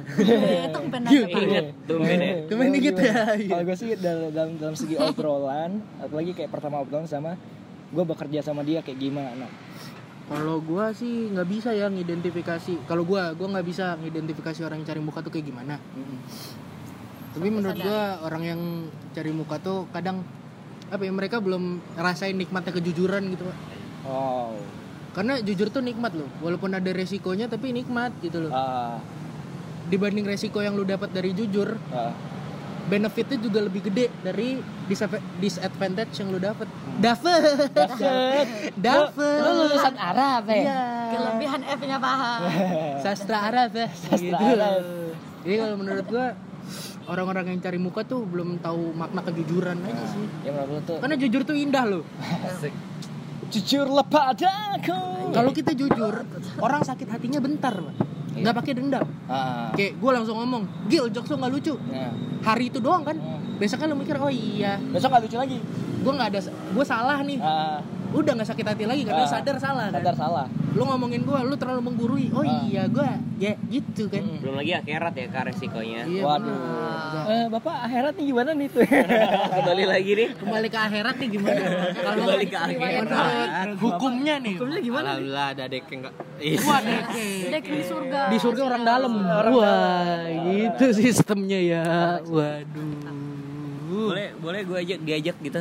Tumben dikit ya. Kalau gue sih dalam segi obrolan, apalagi kayak pertama obrolan sama gue bekerja sama dia kayak gimana. Kalau gue sih nggak bisa ya ngidentifikasi. Kalau gue nggak bisa ngidentifikasi orang yang cari muka tuh kayak gimana. Tapi menurut gue orang yang cari muka tuh kadang apa ya, mereka belum rasain nikmatnya kejujuran gitu Pak. Oh. Karena jujur tuh nikmat loh, walaupun ada resikonya tapi nikmat gitu loh. Dibanding resiko yang lu dapat dari jujur, benefitnya juga lebih gede dari disadvantage yang lu dapat. Dapat. Lu lulusan Arab ya? Iya. Kelebihan F-nya paham. Sastra Arab ya. Sastra gitu. Arab. Jadi kalau menurut gua orang-orang yang cari muka tuh belum tahu makna kejujuran aja sih. Ya menurut lu tuh. Karena jujur tuh indah loh. Jujurlah padaku. Kalau kita jujur, orang sakit hatinya bentar, Pak. Nggak pakai dendam. Kayak gue langsung ngomong, Gil, jokes lo nggak lucu. Hari itu doang kan. Besoknya lo mikir, oh iya. Besok nggak lucu lagi. Gue salah nih. Udah nggak sakit hati lagi karena sadar salah kan. Sadar salah. Lo ngomongin gue, lo terlalu menggurui. Oh iya, gue ya gitu kan. Belum lagi akhirat ya Kak resikonya. Iya, waduh. Bapak akhirat nih gimana nih tuh? Kembali lagi nih. Kembali ke akhirat nih gimana? Kalau Kembali ke akhirat. Hukumnya nih. Hukumnya gimana? Alhamdullah ada dek enggak. Wah, Dek di surga. di surga orang dalam. Wah, gitu sistemnya ya. Waduh. Boleh gue diajak gitu.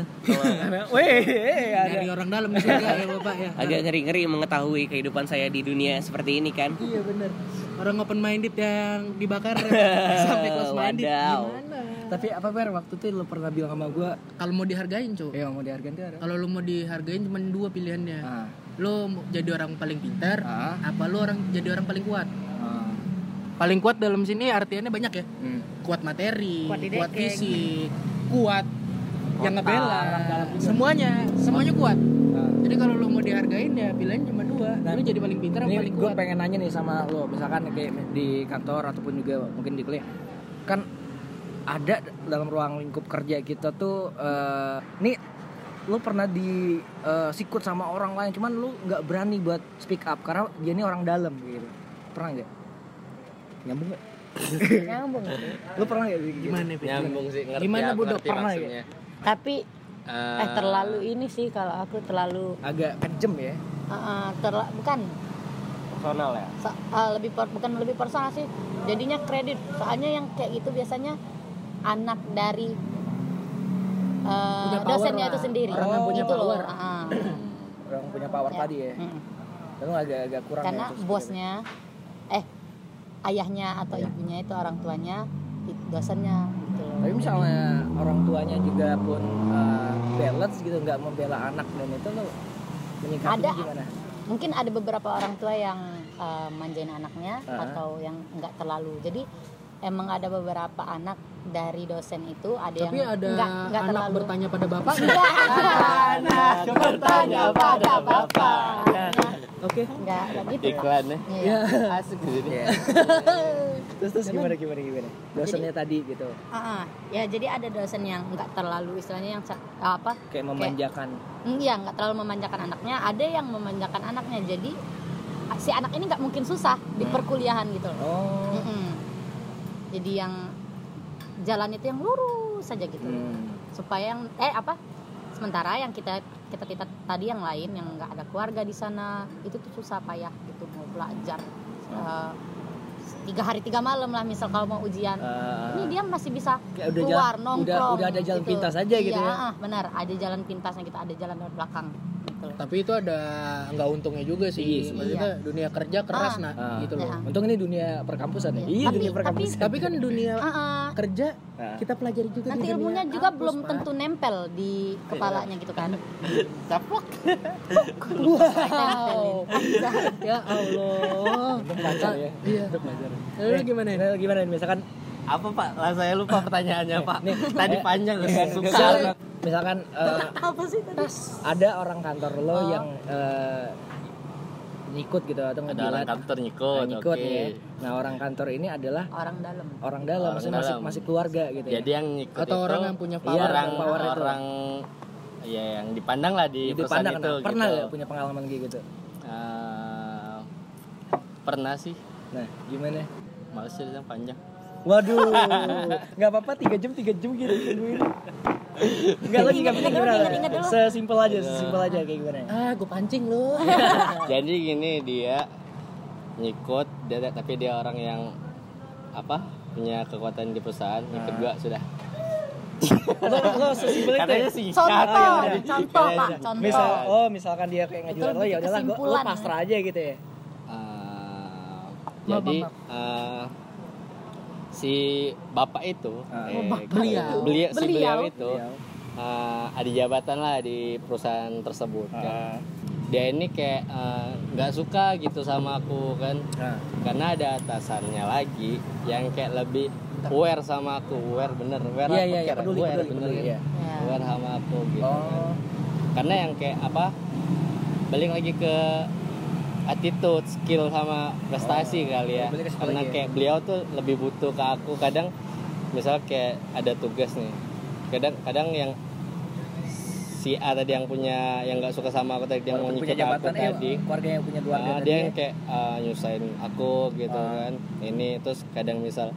Dari orang dalam di surga ya Bapak ya. Agak ngeri-ngeri mengetahui kehidupan saya di dunia seperti ini kan. Iya benar. Orang open minded yang dibakar sampai close minded. Gimana? Tapi apa Ber, waktu itu lo pernah bilang sama gue kalau mau dihargain, Cuk. ya mau dihargain tuh ada. Kalau lo mau dihargain cuma dua pilihannya. Lo jadi orang paling pintar, apa lo jadi orang paling kuat? Paling kuat dalam sini artiannya banyak ya. Kuat materi, kuat fisik, kuat yang ngebela, semuanya kuat. Jadi kalau lo mau dihargain ya pilihan cuma dua. Lo jadi paling pintar atau paling gue kuat? pengen nanya nih sama lo, misalkan kayak di kantor ataupun juga mungkin di kuliah, kan ada dalam ruang lingkup kerja kita tuh nih lu pernah disikut sama orang lain, cuman lu nggak berani buat speak up karena dia ini orang dalam gitu. Pernah nggak? Nyambung nggak? Nyambung. Lu pernah nggak? Gimana? Nyambung sih, ngerti. Gimana, aku Budok? ngerti Pernah ya? maksudnya. Tapi terlalu ini sih kalau aku terlalu Agak kejem ya? bukan Personal ya. bukan lebih personal sih. Jadinya kredit. Soalnya yang kayak gitu biasanya anak dari dosennya itu sendiri. Orang yang punya gitu power. Orang punya power Ya. tadi ya? Lalu agak kurang Karena ya itu bosnya ayahnya atau ibunya itu orang tuanya dosennya gitu. Tapi misalnya orang tuanya juga pun balance gitu, nggak membela anak, dan itu lo menyikapinya gimana? Mungkin ada beberapa orang tua yang manjain anaknya atau yang nggak terlalu. Jadi emang ada beberapa anak dari dosen itu ada Tapi yang ada nggak anak terlalu bertanya pada bapak. anak bertanya pada bapak. Oke. Nggak gitu. Iklannya. Iya. Asik gitu. Terus gimana? Dosennya tadi gitu. Ya jadi ada dosen yang nggak terlalu istilahnya yang Kayak memanjakan. Iya, nggak terlalu memanjakan anaknya. Ada yang memanjakan anaknya. Jadi si anak ini nggak mungkin susah di perkuliahan gitu loh. Oh. Jadi yang jalan itu yang lurus saja gitu. Supaya yang sementara yang kita tadi yang lain yang nggak ada keluarga di sana itu tuh susah payah gitu mau belajar 3 hari 3 malam lah misal kalau mau ujian. Ini dia masih bisa keluar nongkrong. Udah ada jalan gitu. pintas aja gitu ya. Iya, benar, ada jalan pintasnya gitu, ada jalan lewat belakang. Gitu. betul. Tapi itu ada nggak untungnya juga sih. Maksudnya dunia kerja keras gitu loh. Untung ini dunia perkampusan ya. Iya, dunia perkampusan. Tapi kan dunia kerja kita pelajari juga. Nanti ilmunya juga belum tentu nempel di kepalanya gitu kan. Caplok. Wow. Ya Allah. Untuk belajar ya. Iya. Untuk belajar. Lalu gimana? Gimana misalkan Apa Pak? Lah saya lupa pertanyaannya Pak. Tadi panjang misalkan, misalkan Apa sih tadi? ada orang kantor lo yang nyikut gitu atau ada ngejilat. orang kantor nyikut. Nyikut Oke. ya. Nah, orang kantor ini adalah Orang dalam. orang dalam, Orang maksudnya dalam. masih keluarga gitu ya. Jadi yang nyikut Atau itu orang yang punya Iya, power. power itu. orang ya yang dipandang lah di Itu perusahaan pandang itu pernah gitu. nggak punya pengalaman kayak gitu? Pernah sih. Nah, gimana? Males sih yang panjang. Waduh, nggak apa-apa 3 jam gitu tungguin. Nggak lagi nggak bisa gimana? Ingat dulu. Sesimpel aja kayak gimana? Gue pancing lu. Jadi gini, dia nyikut tapi dia orang yang punya kekuatan di perusahaan. Yang kedua sudah Lo sesimpel itu. katanya singkat Contoh, ya. contoh Pak, contoh. Misalkan dia kayak ngajuin Itu lo, ya udahlah lo kesimpulan. pasrah aja gitu ya. Jadi si bapak itu beliau itu ada jabatan lah di perusahaan tersebut kan. Dia ini kayak nggak suka gitu sama aku kan, karena ada atasannya lagi yang kayak lebih aware sama aku, aware Iya, peduli, ya. iya. Aware sama aku gitu kan. Karena yang kayak balik lagi ke attitude, skill sama prestasi kali ya. Karena kayak beliau tuh lebih butuh ke aku. Kadang misal kayak ada tugas nih, kadang yang si A tadi yang nggak suka sama aku tadi, yang mau nyikut aku tadi, keluarga yang punya keluarga dia yang kayak nyusahin aku gitu kan. Ini terus kadang misal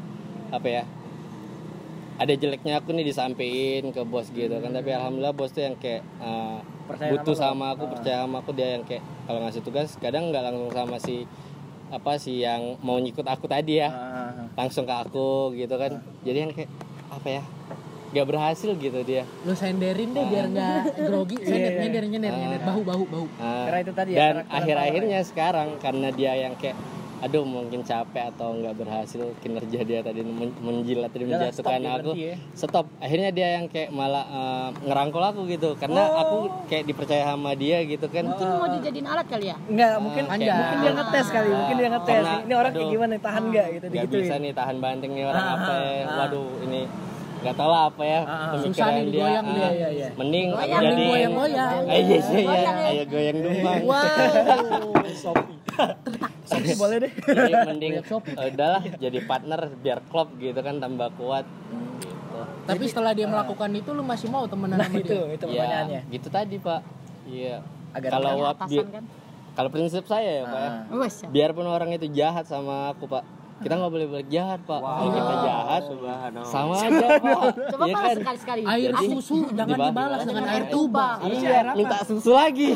ada jeleknya aku nih disampein ke bos gitu kan, tapi alhamdulillah bos tuh yang kayak butuh sama aku, percaya sama aku. Dia yang kayak kalau ngasih tugas kadang nggak langsung sama si yang mau nyikut aku tadi ya, langsung ke aku gitu kan. Jadi yang kayak nggak berhasil gitu dia. Lu senderin deh biar nggak grogi. Nyender bahu. Karena itu tadi ya. Dan akhir-akhirnya sekarang karena dia yang kayak mungkin capek atau nggak berhasil kinerja dia tadi menjilat tadi, menjatuhkan aku. Stop. Akhirnya dia yang kayak malah ngerangkul aku gitu, karena aku kayak dipercaya sama dia gitu kan. Mungkin mau dijadiin alat kali ya? Enggak, mungkin dia ngetes kali, Karena, ini orang kayak gimana, tahan nggak gitu nggak bisa nih tahan banting nih orang waduh ini nggak tahu lah pemikiran nih dia. goyang dia. Mending aku Goyang, jadi goyang. Ayo goyang dumang. Sopi boleh deh. Jadi mending udahlah jadi partner biar klop gitu kan, tambah kuat. Gitu. Tapi setelah dia melakukan itu lu masih mau temenan sama dia? Itu pertanyaannya. Ya, gitu tadi Pak. Iya. Agar Kalau prinsip saya ya Pak ya, biarpun orang itu jahat sama aku Pak, kita nggak boleh balik jahat Pak. Kalau kita jahat sama aja Pak. Coba Iya Pak kan? sekali-sekali. Air susu jangan dibalas dengan air tuba. Iya, minta susu lagi.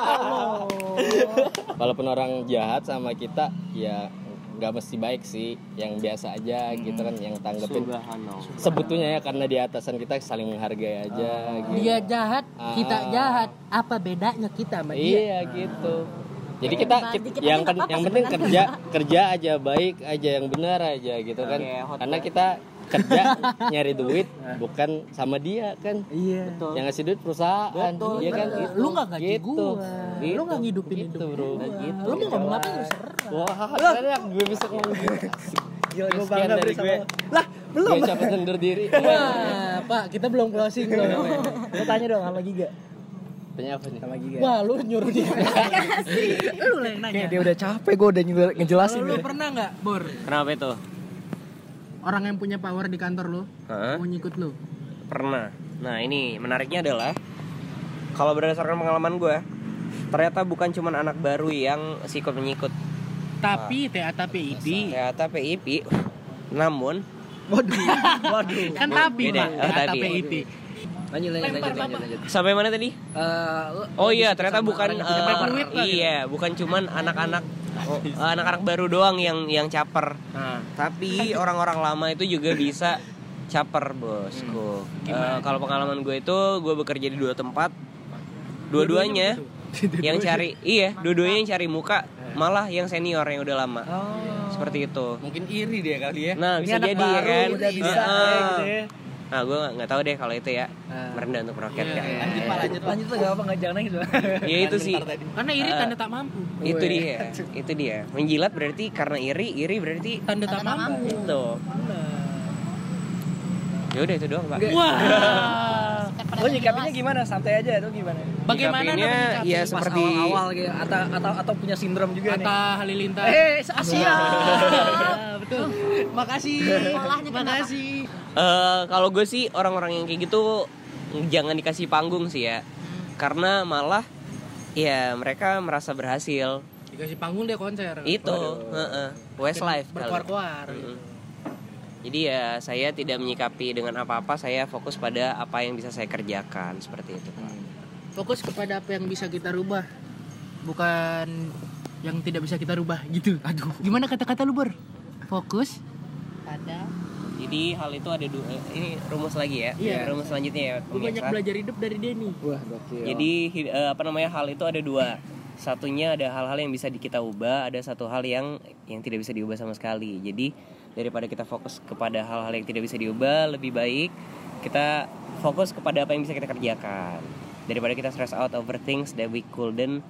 Walaupun orang jahat sama kita, ya nggak mesti baik sih, yang biasa aja gitu kan, yang tanggepin sebetulnya ya, karena di atasan kita saling menghargai aja gitu. Dia jahat, kita jahat, apa bedanya kita sama dia? Iya gitu. Jadi kita yang penting kerja aja, baik aja, yang benar aja gitu kan. Karena kita kerja nyari duit bukan sama dia kan. Iya. Yang ngasih duit perusahaan. Iya kan? Lu nggak gaji gitu. gua, lu nggak ngidupin hidup bro. gua. Lu mau ngomong apa lu serah. Wah, enak gue bisa ngomong gitu. Gila, gue Sekian bangga dari sama gue. lo. Lah, belum. Gue capek undur diri. Wah, Pak, kita belum closing loh. Lo tanya dong sama Giga. Tanya apa nih? Sama Giga. Wah, lu nyuruh dia. Lu lah yang nanya. Kayak dia udah capek, gue udah ngejelasin. Lu pernah nggak, Bor? Kenapa itu? Orang yang punya power di kantor lu mau nyikut lu? Pernah. Nah ini menariknya adalah, kalau berdasarkan pengalaman gue, ternyata bukan cuma anak baru yang sikut menyikut. Tapi TATA PIP. TATA PIP. Namun Waduh. Kan tapi Beda. Pak, Oh, TATA tapi. PIP. Lanjut. sampai mana tadi? Oh iya, ternyata bukan bukan cuman anak-anak baru doang yang caper. Tapi orang-orang lama itu juga bisa caper, bosku. Kalau pengalaman gue itu, gue bekerja di 2 tempat. Dua-duanya yang cari dua-duanya yang cari muka, malah yang senior yang udah lama. Seperti itu. Mungkin iri dia kali ya. Nah, bisa jadi baru, ya kan. udah bisa gitu ya. Nah, gue nggak tahu deh kalau itu ya. Merendah untuk meroket kan. Lanjut Lanjut lah, gak apa, nggak jangan nangis. Ya itu sih. Karena iri tanda tak mampu. Itu dia. Menjilat berarti karena iri berarti Tanda tak mampu. itu. Ya udah itu doang, Pak. Wah. Lo nyikapinnya gimana? Santai aja atau gimana? Bagaimana Nyikapinnya, ya Pas seperti awal gitu atau punya sindrom juga nih. Atta Halilintar. Asia. Betul. Makasih. Makasih. Kalau gue sih orang-orang yang kayak gitu jangan dikasih panggung sih ya. Karena malah ya mereka merasa berhasil. Dikasih panggung dia konser. Itu, Westlife berkuar-kuar. Jadi ya saya tidak menyikapi dengan apa-apa, saya fokus pada apa yang bisa saya kerjakan seperti itu, Pak. Fokus kepada apa yang bisa kita rubah, bukan yang tidak bisa kita rubah gitu. Aduh. Gimana kata-kata lu, Bor? Fokus Ada. Jadi hal itu ada dua. Ini rumus lagi ya. Iya. Rumus selanjutnya ya. Gue banyak belajar hidup dari Denny. Wah, gokil. Jadi hal itu ada dua. Satunya ada hal-hal yang bisa kita ubah, ada satu hal yang tidak bisa diubah sama sekali. Jadi daripada kita fokus kepada hal-hal yang tidak bisa diubah, lebih baik kita fokus kepada apa yang bisa kita kerjakan. Daripada kita stress out over things that we couldn't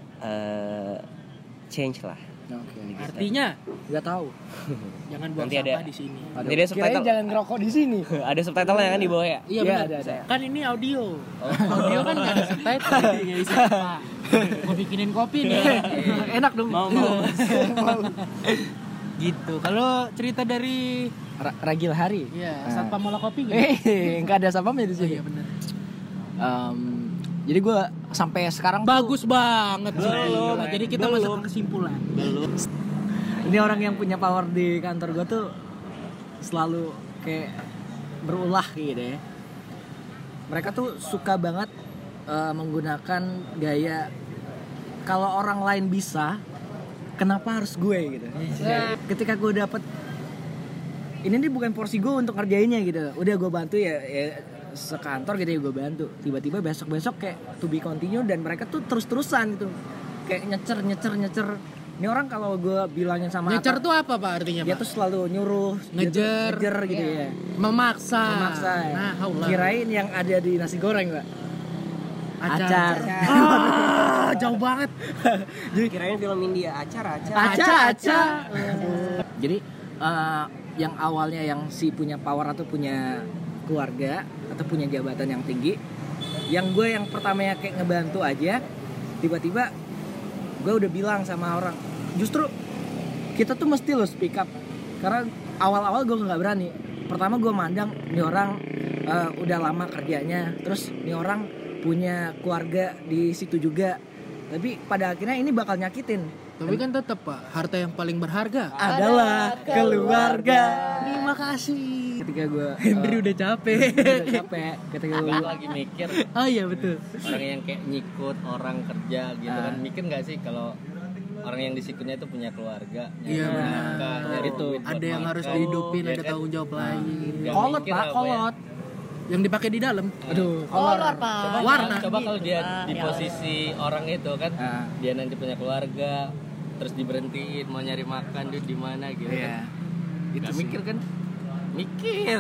change lah. Oke. Artinya Nggak tahu. jangan buang Nanti sampah ada- di sini. Nanti ada subtitle. Kirain jangan ngerokok di sini. Ada subtitle-nya kan di bawah ya? Iya Iya, benar. ada. Kan ini audio. Audio kan nggak ada subtitle. Iya bisa. Gue bikinin kopi nih. Enak dong. Mau. Gitu. Kalau cerita dari Ragil Hari. ya Satpam Mola Kopi gitu. Nggak ada sapamnya di Oh, sini. iya benar. Jadi gue sampai sekarang Bagus banget. Belum. Jadi kita masuk ke kesimpulan. ini orang yang punya power di kantor gue tuh selalu kayak berulah gitu ya. Mereka tuh suka banget menggunakan gaya kalau orang lain bisa, kenapa harus gue gitu. Ketika gue dapet ini nih bukan porsi gue untuk ngerjainnya gitu. Udah gue bantu ya sekantor gitu ya gue bantu. Tiba-tiba besok kayak to be continue dan mereka tuh terus-terusan gitu. Kayak nyecer. Ini orang kalau gue bilangin sama Ngecer tuh apa Pak artinya dia Pak? tuh selalu nyuruh, Ngejer. ngejer gitu ya. Memaksa. Ya. Nah, Allah. Kirain yang ada di nasi goreng, Pak. Acar. Jauh banget. Kirain film India acar. Acar. Jadi yang awalnya yang si punya power atau punya keluarga atau punya jabatan yang tinggi, yang gue yang pertamanya kayak ngebantu aja, tiba-tiba gue udah bilang sama orang, justru kita tuh mesti lo speak up. Karena awal-awal gue nggak berani. Pertama gue mandang nih orang udah lama kerjanya, terus nih orang punya keluarga di situ juga. Tapi pada akhirnya ini bakal nyakitin. Tapi kan tetap Pak, harta yang paling berharga Adalah keluarga. Terima kasih. Ketika gue Hendry udah capek. ketika Gue gue lagi mikir Oh iya betul. orang yang kayak nyikut orang kerja gitu kan, mikir nggak sih kalau orang yang disikutnya itu punya keluarga, nyari Iya, benar. nafkah, nyari Itu. duit buat Ada yang harus makan, dihidupin, ya ada kan? tanggung jawab lain. Nggak kolot mikir Pak, apa ya. kolot. Yang dipakai di dalam. Aduh, Kolor Pak. Warna. Coba kalau dia di ya. posisi orang itu kan, Ah. dia nanti punya keluarga, terus diberhentiin mau nyari makan duit di mana gitu Iya. kan. Itu Nggak sih. mikir kan? Mikir.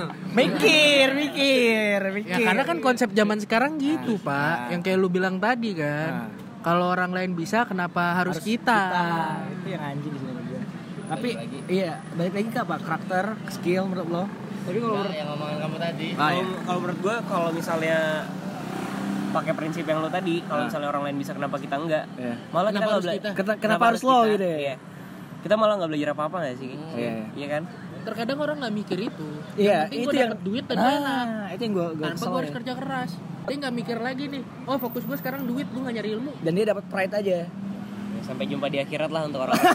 Mikir. Ya karena kan konsep zaman sekarang gitu Pak. Yang kayak lu bilang tadi kan. Kalau orang lain bisa, kenapa harus kita? Itu yang anjing di sini sama gue. Tapi Balik lagi. iya, balik lagi ke apa? Karakter, skill menurut lo? Tapi kalau Nah, yang ngomongin kamu tadi. Kalau menurut gue kalau misalnya pakai prinsip yang lo tadi, kalau misalnya orang lain bisa kenapa kita enggak? Iya. Malah kita Kenapa nggak harus belajar. kita? Kenapa harus lo gitu ya? Iya. Kita malah nggak belajar apa-apa nggak sih? Iya. Iya kan? Terkadang orang nggak mikir itu. Iya, Yang penting itu gue yang dapet duit dan enak. itu yang gue Tanpa kesel gue harus ya. kerja keras. Dia nggak mikir lagi nih. Oh fokus gue sekarang duit, gue nggak nyari ilmu. Dan dia dapat pride aja. Ya, sampai jumpa di akhirat lah untuk orang.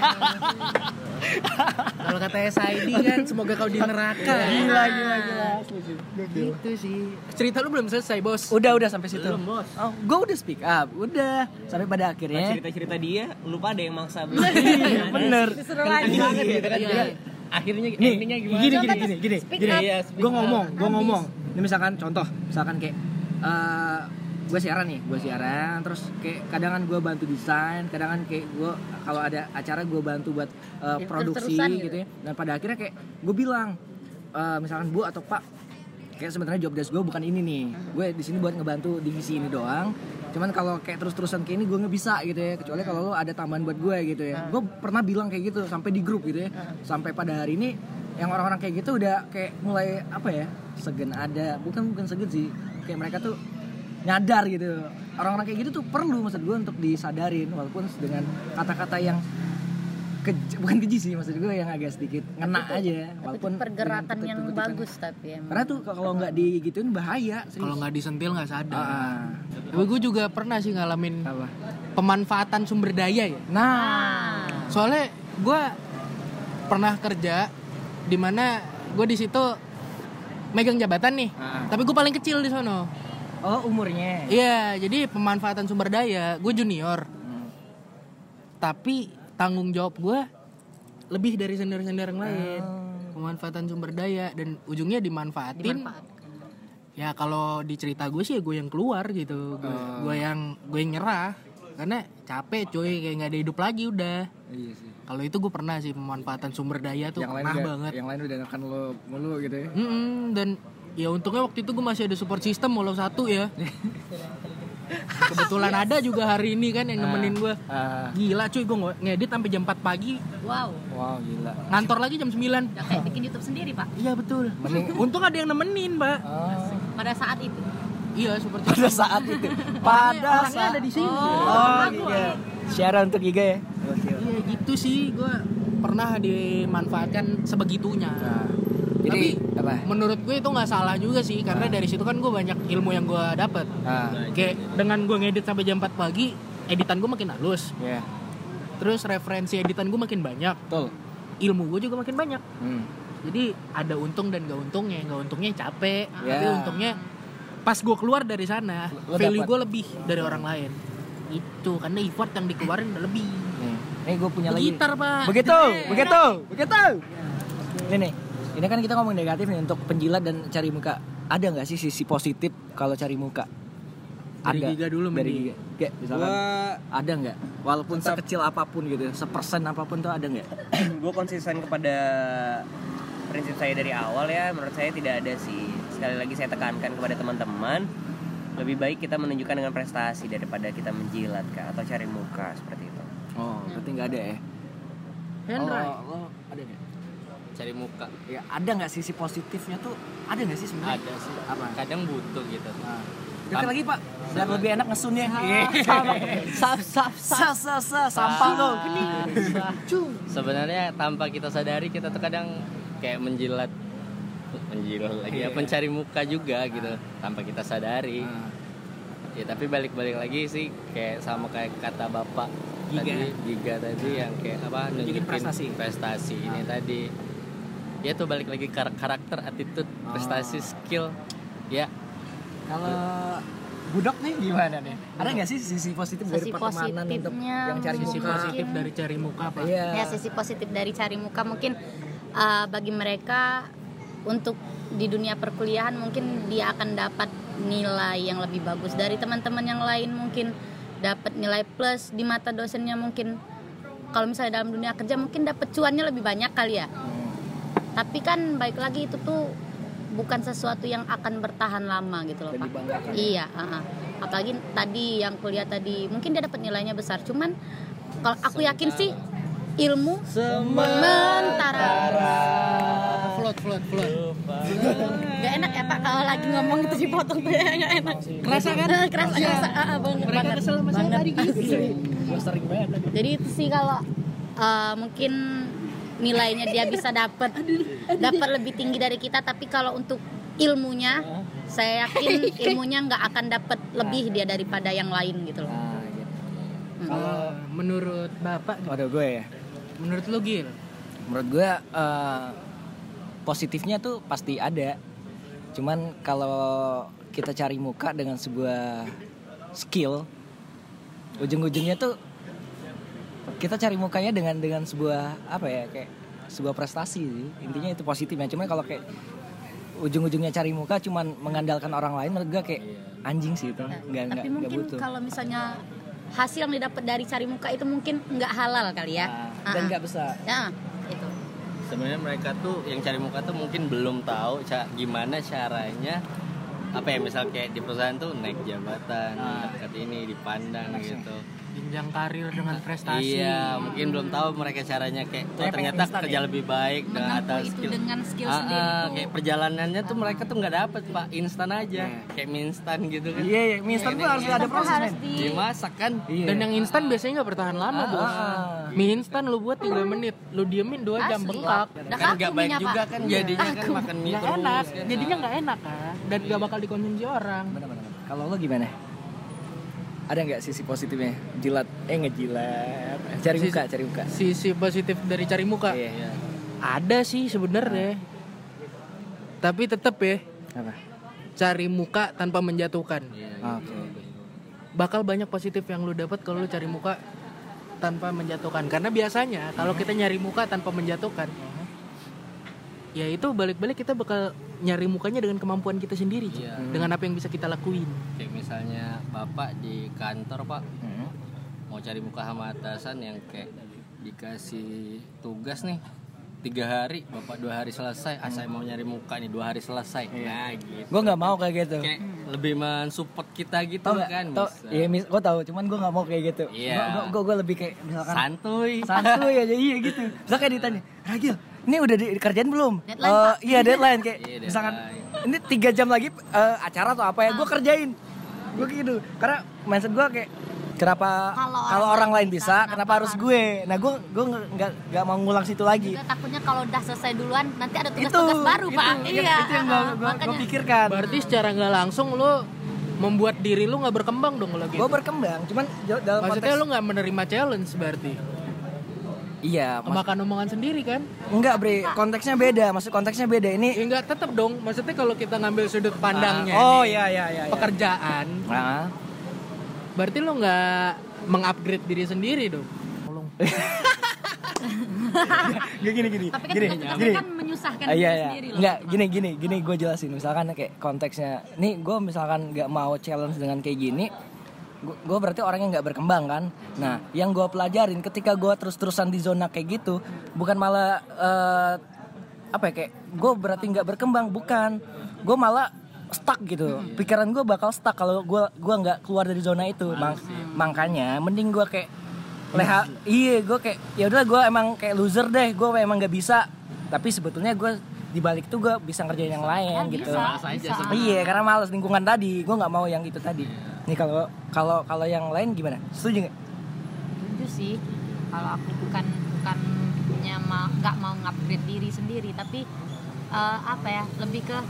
Kalau kata SID kan, semoga kau di neraka. Gila. Gitu sih. Cerita lu belum selesai bos. Udah sampai situ. Belum bos. Oh, gue udah speak up. Udah. Sampai pada akhirnya. Cerita-cerita dia lupa ada yang maksa. Iya, bener. Disuruh lagi. gitu kan. Iya. Akhirnya Nih, endingnya gimana? gini. Speak Gini, up. Iya, gue ngomong. Ini misalkan contoh, misalkan kayak gue siaran terus kayak kadang gue bantu desain, kadang kayak gue kalau ada acara gue bantu buat produksi gitu ya. Dan pada akhirnya kayak gue bilang misalkan Bu atau Pak, kayak sebenarnya job desk gue bukan ini nih, gue di sini buat ngebantu divisi ini doang. Cuman kalau kayak terus-terusan kayak ini gue nggak bisa gitu ya, kecuali kalau lo ada tambahan buat gue gitu ya. Gue pernah bilang kayak gitu sampai di grup gitu ya. Sampai pada hari ini yang orang-orang kayak gitu udah kayak mulai apa ya, segen ada, bukan segen sih, kayak mereka tuh nyadar gitu. Orang-orang kayak gitu tuh perlu maksud gue untuk disadarin, walaupun dengan kata-kata yang bukan keji sih, maksud gue yang agak sedikit ngena aja, walaupun pergerakan yang bagus tapi emang. Karena tuh kalau nggak digituin bahaya. Kalau nggak disentil nggak sadar. Tapi gue juga pernah sih ngalamin pemanfaatan sumber daya ya. Nah, soalnya gue pernah kerja di mana gue di situ megang jabatan nih, tapi gue paling kecil di sono. Oh, umurnya. Iya, jadi pemanfaatan sumber daya, gue junior. Tapi tanggung jawab gue lebih dari senior-senior yang lain. Pemanfaatan sumber daya dan ujungnya dimanfaatin. Ya kalau di cerita gue sih ya gue yang keluar gitu. Gue yang nyerah karena capek coy, kayak enggak ada hidup lagi udah. Iya sih. Kalau itu gue pernah sih pemanfaatan sumber daya tuh yang pernah banget. Yang lain udah nekan lo mulu gitu ya. Dan ya untungnya waktu itu gue masih ada support system walau satu ya. Kebetulan ada juga hari ini kan yang nemenin gue. Gila cuy, gue ngedit sampai jam 4 pagi. Wow, gila. Ngantor lagi jam 9. Udah kayak bikin YouTube sendiri, Pak. Iya betul. Untung ada yang nemenin, Mbak. Pada saat itu. Iya, support system. Pada saat itu. Pada saat ada di sini. Giga. Share untuk Giga ya. Iya gitu sih, gue pernah dimanfaatkan sebegitunya. Jadi apa? Menurut gue itu nggak salah juga sih, karena dari situ kan gue banyak ilmu yang gue dapet. Kayak dengan gue ngedit sampai jam 4 pagi, editan gue makin halus. Terus referensi editan gue makin banyak. Betul. Ilmu gue juga makin banyak. Jadi ada untung dan gak untungnya. Gak untungnya capek, tapi untungnya pas gue keluar dari sana, value gue lebih dari orang lain. Itu karena effort yang dikeluarin udah lebih. Gue punya lagi. Gitar, Pak. Begitu. Ini kan kita ngomong negatif nih untuk penjilat dan cari muka. Ada nggak sih sisi positif kalau cari muka? Dari Giga dulu, dari Giga. Misalkan ada nggak? Walaupun sekecil apapun gitu, 1% apapun tuh ada nggak? Gue konsisten kepada prinsip saya dari awal ya. Menurut saya tidak ada sih. Sekali lagi saya tekankan kepada teman-teman, lebih baik kita menunjukkan dengan prestasi daripada kita menjilat atau cari muka seperti itu. Oh, berarti nggak ada ya? Hendra, ada nggak? Cari muka. Ya ada nggak sisi positifnya tuh? Ada nggak sih sebenarnya? Ada sih. Apa? Kadang butuh gitu. Dekat lagi Pak, biar lebih enak ngesunnya. Sampah lo. Sebenarnya tanpa kita sadari kita tuh kadang kayak menjilat lagi ya, pencari muka juga gitu tanpa kita sadari. Ya tapi balik lagi sih kayak sama kayak kata Bapak Giga tadi yang kayak apa, nunjukin prestasi ini tadi. Ya tuh balik lagi karakter, attitude, prestasi, skill. Ya. Kalau Budok nih gimana nih? Ada nggak sih sisi positif dari pertemanan untuk yang cari muka? Sisi positif dari cari muka apa? Ya sisi positif dari cari muka mungkin bagi mereka untuk di dunia perkuliahan mungkin dia akan dapat nilai yang lebih bagus dari teman-teman yang lain, mungkin dapat nilai plus di mata dosennya, mungkin kalau misalnya dalam dunia kerja mungkin dapat cuannya lebih banyak kali ya. Tapi kan baik lagi itu tuh bukan sesuatu yang akan bertahan lama gitu loh Pak. Iya, apalagi tadi yang kuliah tadi mungkin dia dapat nilainya besar, cuman kalau aku yakin sih ilmu sementara. Float. Gak enak ya Pak kalau lagi ngomong itu dipotong tuh ya, gak enak. Kerasa kan? Kerasa Mereka kesel sama saya tadi gitu. Sering banget. Jadi itu sih kalau mungkin nilainya dia bisa dapat lebih tinggi dari kita, tapi kalau untuk ilmunya saya yakin ilmunya nggak akan dapat lebih dia daripada yang lain gitu loh. Kalau menurut Bapak, waduh gue ya. Menurut lo Gil? Menurut gue positifnya tuh pasti ada. Cuman kalau kita cari muka dengan sebuah skill, ujung-ujungnya tuh kita cari mukanya dengan sebuah apa ya, kayak sebuah prestasi sih. Intinya itu positifnya. Cuma kalau kayak ujung-ujungnya cari muka cuman mengandalkan orang lain, menurut gue kayak anjing sih itu. Tapi mungkin kalau misalnya hasil yang didapat dari cari muka itu mungkin nggak halal kali ya. Dan nggak besar. Ya, itu. Sebenarnya mereka tuh yang cari muka tuh mungkin belum tahu gimana caranya, apa ya, misal kayak di perusahaan tuh naik jabatan, dekat ini dipandang gitu. Jenjang karir dengan prestasi. Iya, mungkin belum tahu mereka caranya kayak tuh ternyata kerja lebih baik dengan atas skill. Dengan skill sendiri tuh. Kayak perjalanannya tuh mereka tuh nggak dapet Pak, instan aja. Kayak mie instan gitu kan. Iya, mie instan tuh harus ada proses men. Dimasak kan. Dan yang instan biasanya nggak bertahan lama, Bos. Mie instan lu buat 3 menit, lu diemin 2 jam bengkak. Kan nggak baik juga kan jadinya kan makan mie Nggak terus. enak, Kan. jadinya nggak enak kan. Dan nggak bakal dikonsumsi orang. Benar-benar. Kalau lo gimana? Ada nggak sisi positifnya? Ngejilat. Cari muka. Sisi positif dari cari muka. Iya. Ada sih sebenarnya. Tapi tetap ya, Apa? cari muka tanpa menjatuhkan. Oke. Bakal banyak positif yang lu dapat kalau lu cari muka tanpa menjatuhkan. Karena biasanya kalau kita nyari muka tanpa menjatuhkan, ya itu balik-balik kita bakal nyari mukanya dengan kemampuan kita sendiri, dengan apa yang bisa kita lakuin. Kayak misalnya bapak di kantor Pak, mau cari muka sama atasan yang kayak dikasih tugas nih 3 hari, bapak 2 hari selesai. Saya mau nyari muka nih 2 hari selesai. Nah gitu. Gue nggak mau kayak gitu. Kayak lebih mensupport kita gitu Tau kan. Iya, gue tahu. Cuman gue nggak mau kayak gitu. Iya. Gue lebih kayak misalkan santuy aja, iya gitu. Misalkan kayak ditanya, Ragil, ini udah dikerjain belum? Deadline, Pak. Iya deadline kayak. Iya, Misalkan deadline. ini 3 jam lagi acara atau apa ya, gue kerjain. Gue gitu. Karena mindset gue kayak kenapa kalau orang lain bisa, kenapa harus gue? Nah gue nggak mau ngulang situ lagi. Juga takutnya kalau udah selesai duluan nanti ada tugas-tugas baru Pak. Iya. Itu yang gue pikirkan. Berarti secara nggak langsung lu membuat diri lu nggak berkembang dong kalau gitu. Gue berkembang, cuman dalam Maksudnya konteks lu nggak menerima challenge berarti. iya, Makan omongan sendiri kan? enggak Bre, konteksnya beda. Maksud konteksnya beda. Ini Ya enggak, tetap dong. Maksudnya kalau kita ngambil sudut pandangnya oh nih, iya. pekerjaan, Nah. berarti lu nggak mengupgrade diri sendiri dong. Tolong. Gini. Tapi kan Gini. tugasnya kan menyusahkan diri Iya. sendiri loh. Enggak, gini gue jelasin. Misalkan kayak konteksnya. Nih gue misalkan nggak mau challenge dengan kayak gini, gue berarti orangnya nggak berkembang kan. Nah, yang gue pelajarin ketika gue terus-terusan di zona kayak gitu, bukan malah kayak gue berarti nggak berkembang, bukan. Gue malah stuck gitu. Pikiran gue bakal stuck kalau gue nggak keluar dari zona itu. Makanya mending gue kayak gue kayak ya udah gue emang kayak loser deh, gue emang nggak bisa. Tapi sebetulnya gue dibalik tuh gue bisa ngerjain yang lain gitu. Bisa. Iya, karena malas lingkungan tadi, gue nggak mau yang itu tadi. Nih kalau yang lain gimana? Setuju nggak? Setuju sih. Kalau aku bukannya nggak mau ngupgrade diri sendiri, tapi lebih ke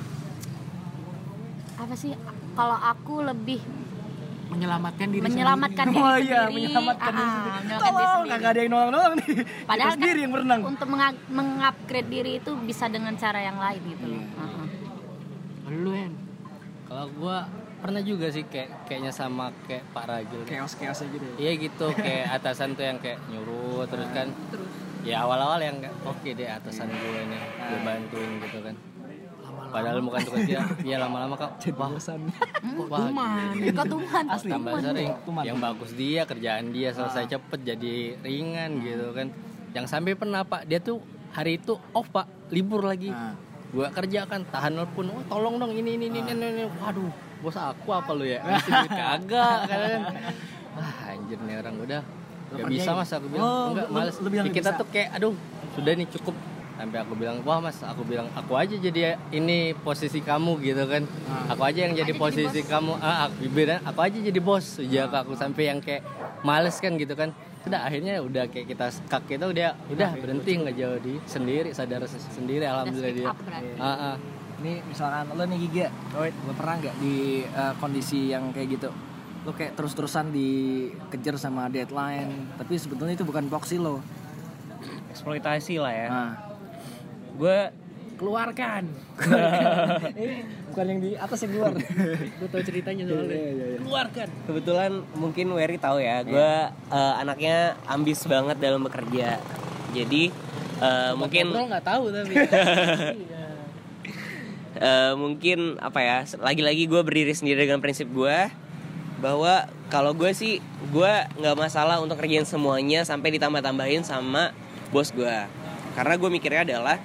apa sih? Kalau aku lebih Menyelamatkan diri menyelamatkan diri Oh sendiri. iya, menyelamatkan diri sendiri. Menyelamatkan diri sendiri. Kagak ada yang nolong nih. Padahal Kita sendiri yang berenang. untuk mengupgrade diri itu bisa dengan cara yang lain gitu loh. Lu kan. Kalau gua pernah juga sih kayaknya sama kayak Pak Ragil. Chaos aja gitu. Iya gitu, kayak atasan tuh yang kayak nyuruh terus kan. Ya awal-awal yang oke deh atasan gue nih, gue bantuin gitu kan. Padahal bukan tugas dia, lama-lama kok Bosan. Ketuman. tambah sering. Yang bagus dia, kerjaan dia selesai cepet jadi ringan gitu kan. Yang sampai pernah Pak, dia tuh hari itu off Pak, libur lagi. Gua kerja kan, tahan nelpon, tolong dong ini. Waduh, bos aku apa lu ya? Ngasih duit kagak kan. Wah anjir nih orang udah. Gak bisa mas, aku bilang enggak males. Kita tuh kayak aduh sudah nih cukup. Sampai aku bilang wah mas, aku aja jadi ini posisi kamu gitu kan. Aku aja yang jadi posisi kamu. Aku aja jadi bos. Sejak aku sampai yang kayak males kan gitu kan. Udah akhirnya udah kayak kita skak kita udah berhenti ngejauh di sendiri, sadar sendiri alhamdulillah dia. Ini misalkan lo nih Giga, lo pernah nggak di kondisi yang kayak gitu? Lo kayak terus-terusan dikejar sama deadline, tapi sebetulnya itu bukan boxy lo. Eksploitasi lah ya. Gue Keluarkan. bukan yang di atas yang luar. Gue tau ceritanya soalnya. Keluarkan. Kebetulan mungkin Wery tahu ya, gue anaknya ambis banget dalam bekerja. Jadi mungkin Ngobrol nggak tahu tapi. Mungkin apa ya, lagi-lagi gue berdiri sendiri dengan prinsip gue bahwa kalau gue sih, gue nggak masalah untuk kerjain semuanya sampai ditambah-tambahin sama bos gue. Karena gue mikirnya adalah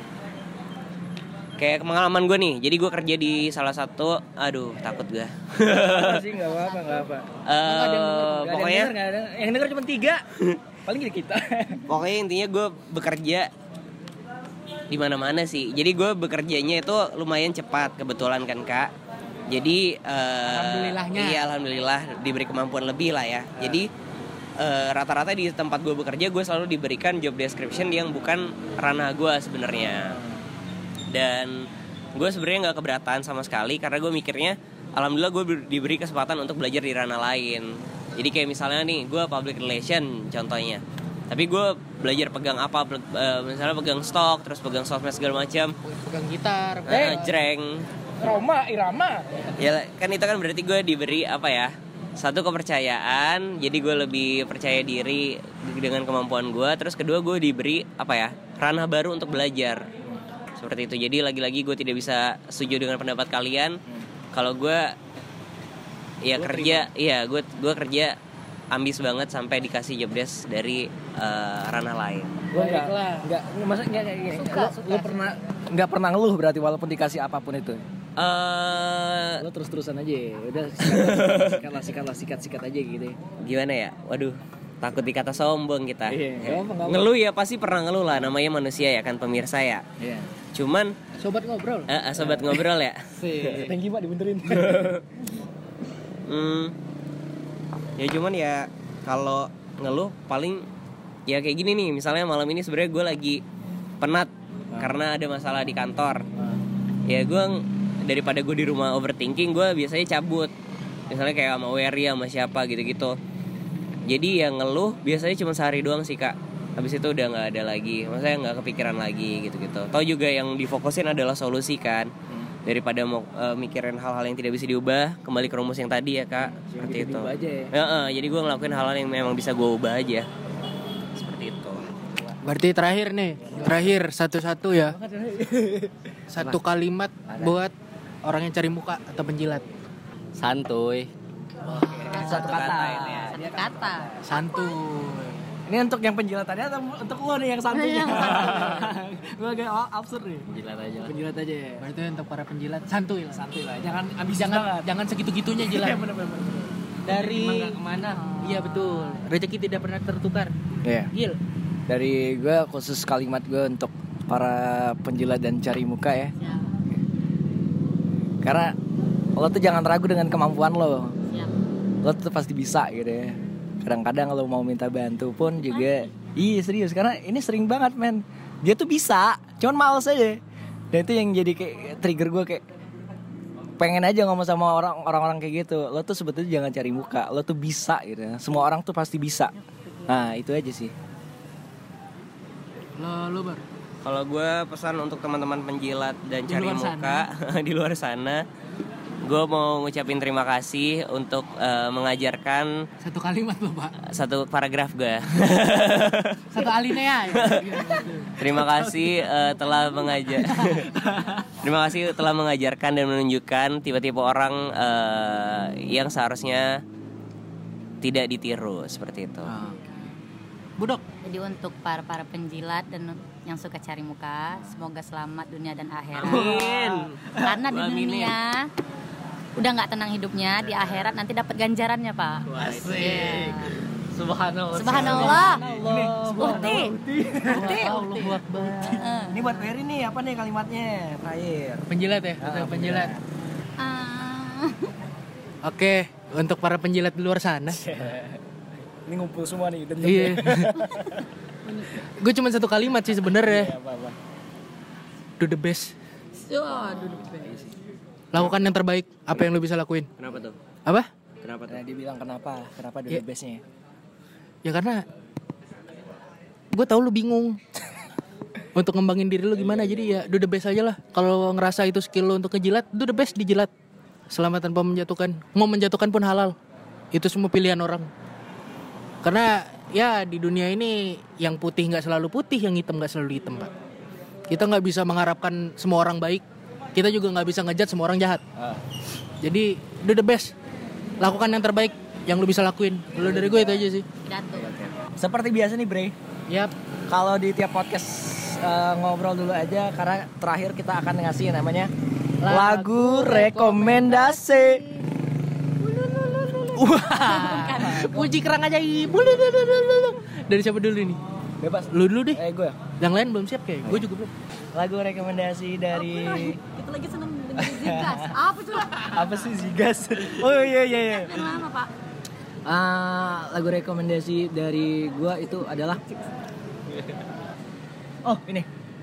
kayak pengalaman gue nih. Jadi gue kerja di salah satu, aduh takut gue. Sih nggak apa-apa. Pokoknya yang denger cuma 3. Paling gini kita. Pokoknya intinya gue bekerja di mana-mana sih. Jadi gue bekerjanya itu lumayan cepat kebetulan kan Kak. Jadi Alhamdulillahnya. Iya, alhamdulillah diberi kemampuan lebih lah ya. Jadi rata-rata di tempat gue bekerja gue selalu diberikan job description yang bukan ranah gue sebenarnya. Dan gue sebenarnya nggak keberatan sama sekali karena gue mikirnya alhamdulillah gue diberi kesempatan untuk belajar di ranah lain. Jadi kayak misalnya nih gue public relation contohnya, tapi gue belajar pegang apa, misalnya pegang stok, terus pegang sosmed segala macam, Pegang gitar, jreng, irama. ya kan itu kan berarti gue diberi apa ya, satu kepercayaan, jadi gue lebih percaya diri dengan kemampuan gue. Terus kedua gue diberi apa ya, ranah baru untuk belajar seperti itu. Jadi lagi-lagi gue tidak bisa setuju dengan pendapat kalian. Kalau gue ya gua kerja terima. Iya gue kerja ambis banget sampai dikasih job desk dari ranah lain. Gue nggak masa nggak kayak gini. Lo nggak pernah ngeluh berarti walaupun dikasih apapun itu. Lo terus-terusan aja, udah sikat aja gitu. Gimana ya? Waduh, takut dikata sombong kita. Iya. Ngeluh ya pasti pernah ngeluh lah, namanya manusia ya kan pemirsa ya. Iya. Cuman Sobat ngobrol. sobat ngobrol ya. Thank you Pak dibenerin. Ya cuman ya kalau ngeluh paling ya kayak gini nih, misalnya malam ini sebenarnya gue lagi penat karena ada masalah di kantor. Ya gue daripada gue di rumah overthinking, gue biasanya cabut. Misalnya kayak sama Wery sama siapa gitu-gitu. Jadi yang ngeluh biasanya cuma sehari doang sih Kak. Habis itu udah nggak ada lagi, maksudnya nggak kepikiran lagi gitu-gitu. Tahu juga yang difokusin adalah solusi kan, daripada mau mikirin hal-hal yang tidak bisa diubah. Kembali ke rumus yang tadi ya Kak, seperti itu. Jadi gue ngelakuin hal-hal yang memang bisa gue ubah aja, seperti itu. Berarti terakhir satu-satu ya. Satu kalimat buat orang yang cari muka atau penjilat. Santuy. Satu kata ini ya. Satu kata. Santuy. Ini untuk yang penjilatannya atau untuk lo nih yang santuy? Gue agak absurd nih. Penjilat aja ya. Berarti untuk para penjilat santuy lah. Jangan ambisius banget. Jangan segitu-gitunya jilat. Iya benar-benar. Dari kemana? Iya betul. Rezeki tidak pernah tertukar. Iya. Gil. Dari gue khusus kalimat gue untuk para penjilat dan cari muka ya. Siap. Karena lo tuh jangan ragu dengan kemampuan lo. Siap. Lo tuh pasti bisa gitu ya. Kadang-kadang lo mau minta bantu pun juga iya serius, karena ini sering banget men. Dia tuh bisa, cuman males aja. Dan itu yang jadi kayak trigger gue, kayak pengen aja ngomong sama orang-orang kayak gitu. Lo tuh sebetulnya jangan cari muka, lo tuh bisa gitu. Semua orang tuh pasti bisa. Nah itu aja sih. Lo Bar. Kalau gue pesan untuk teman-teman penjilat dan Di cari luar muka di luar sana, gue mau ngucapin terima kasih untuk mengajarkan Satu kalimat lo Pak. satu paragraf gue. Satu alinea ya. Terima kasih telah mengajar. Terima kasih telah mengajarkan dan menunjukkan tipe-tipe orang yang seharusnya tidak ditiru seperti itu. Budok. Jadi untuk para penjilat dan yang suka cari muka, semoga selamat dunia dan akhirat. Amin. Karena di dunia udah nggak tenang hidupnya, di akhirat nanti dapat ganjarannya Pak. Asik. Subhanallah. Bukti. Allahu Akbar. Ini buat Wery nih, apa nih kalimatnya terakhir? Penjilat ya, penjilat. Ah. Oke, untuk para penjilat di luar sana. Ini ngumpul semua nih. Iya. Gue cuma satu kalimat sih sebenarnya. Apa-apa. Do the best. Aduh. Lakukan yang terbaik. Apa yang lo bisa lakuin? Kenapa tuh? Apa? Kenapa tuh? Nah, dia bilang kenapa do Ya. the bestnya? Ya karena gue tahu lu bingung untuk ngembangin diri lu gimana. Jadi ya do the best aja lah. Kalau ngerasa itu skill lu untuk ngejilat, do the best dijilat. Selama tanpa menjatuhkan. Mau menjatuhkan pun halal. Itu semua pilihan orang. Karena ya di dunia ini yang putih gak selalu putih, yang hitam gak selalu hitam Pak. Kita gak bisa mengharapkan semua orang baik. kita juga nggak bisa ngejudge semua orang jahat. Jadi do the best, lakukan yang terbaik yang lu bisa lakuin. Lu dari gue itu aja sih. Seperti biasa nih Bre. Yap. Kalau di tiap podcast ngobrol dulu aja, karena terakhir kita akan ngasih namanya lagu rekomendasi. Wah, puji kerang ajaib. Dari siapa dulu nih? Bebas. Lu dulu deh. Gue. Yang lain belum siap kayak. Gue juga belum. Lagu rekomendasi dari. Kita lagi seneng dengerin Zigas. Apa tuh? Apa sih Zigas? Oh iya. Yang lama Pak. Lagu rekomendasi dari gue itu adalah. Oh ini.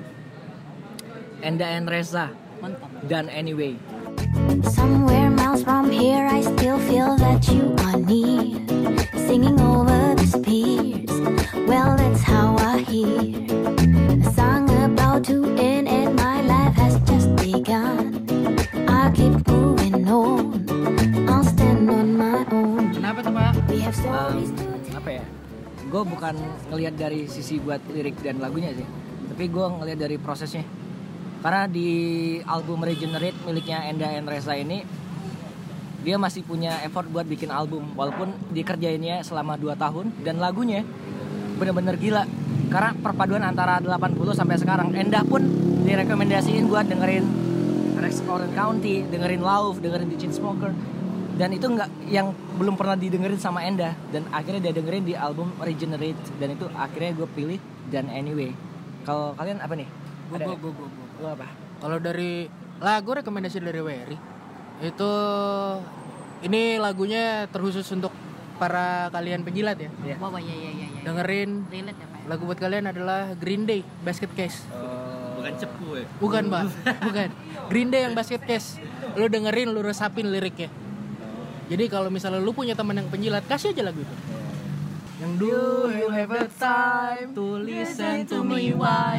Enda and Reza. Mantap. Dan Anyway. Somewhere miles from here, I still feel that you are near. Singing over the spears. Well, that's how I hear. A song about to end and my life has just begun. I'll keep moving on. I'll stand on my own. Kenapa tuh Pak? We have stories to tell. Apa ya? Gue bukan ngelihat dari sisi buat lirik dan lagunya sih, tapi gue ngelihat dari prosesnya. Karena di album Regenerate miliknya Enda and Reza ini, dia masih punya effort buat bikin album, walaupun dikerjainnya selama 2 tahun, dan lagunya bener-bener gila. Karena perpaduan antara 80 sampai sekarang. Enda pun direkomendasiin buat dengerin Rex Orange County, dengerin Love, dengerin The Chainsmokers, dan itu nggak yang belum pernah didengerin sama Enda, dan akhirnya dia dengerin di album Regenerate, dan itu akhirnya gue pilih Dan Anyway. Kalau kalian apa nih? Gue Lo apa? Kalau dari lagu rekomendasi dari Wery itu, ini lagunya terkhusus untuk para kalian penjilat ya. Iya. Wah, iya. Dengerin. Relate ya Pak. Lagu buat kalian adalah Green Day, Basket Case. Bukan cepu ya. Bukan Pak, bukan. Green Day yang Basket Case. Lu dengerin, lu resapin liriknya. Jadi kalau misalnya lu punya teman yang penjilat, kasih aja lagu itu. Yang Do you have a time to listen to me why?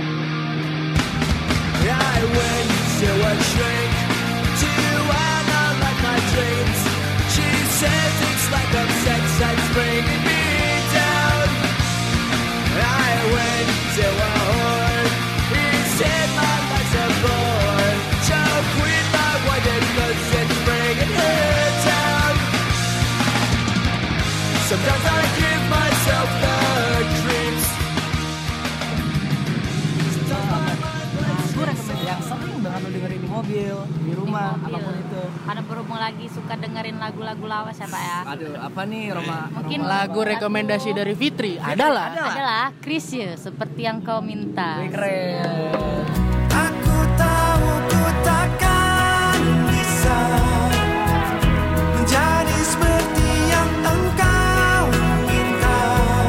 I went to a drink to end all like my dreams. She says it's like a sex that's bringing me down. I went to a whore. He said my life's a bore. So quit my wife cause it's bringing her down. Sometimes I give myself the dreams. Yang sering banget lo dengerin di mobil, di rumah, apapun itu. Karena berhubung lagi suka dengerin lagu-lagu lawas ya Pak ya. Aduh, apa nih Roma? Mungkin lagu rekomendasi dari Fitri adalah Chris You, Seperti Yang Kau Minta. Wih, keren. Aku tahu ku takkan bisa menjadi seperti yang engkau minta.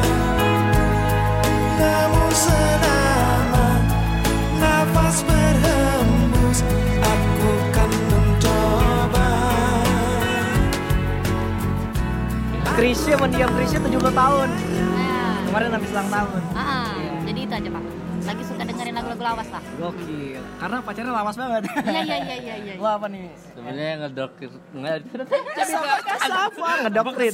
Namun selama nafas berhembus, aku kan mencoba. Krisya mendiam Krisya 70 tahun. Nah, Kemarin habis ulang tahun. jadi itu aja Pak. Lagi suka dengerin lagu-lagu lawas lah. Gokil. Karena pacarnya lawas banget. Iya. Lo apa nih? Sebenarnya ngedokter Safa ngedoktrin.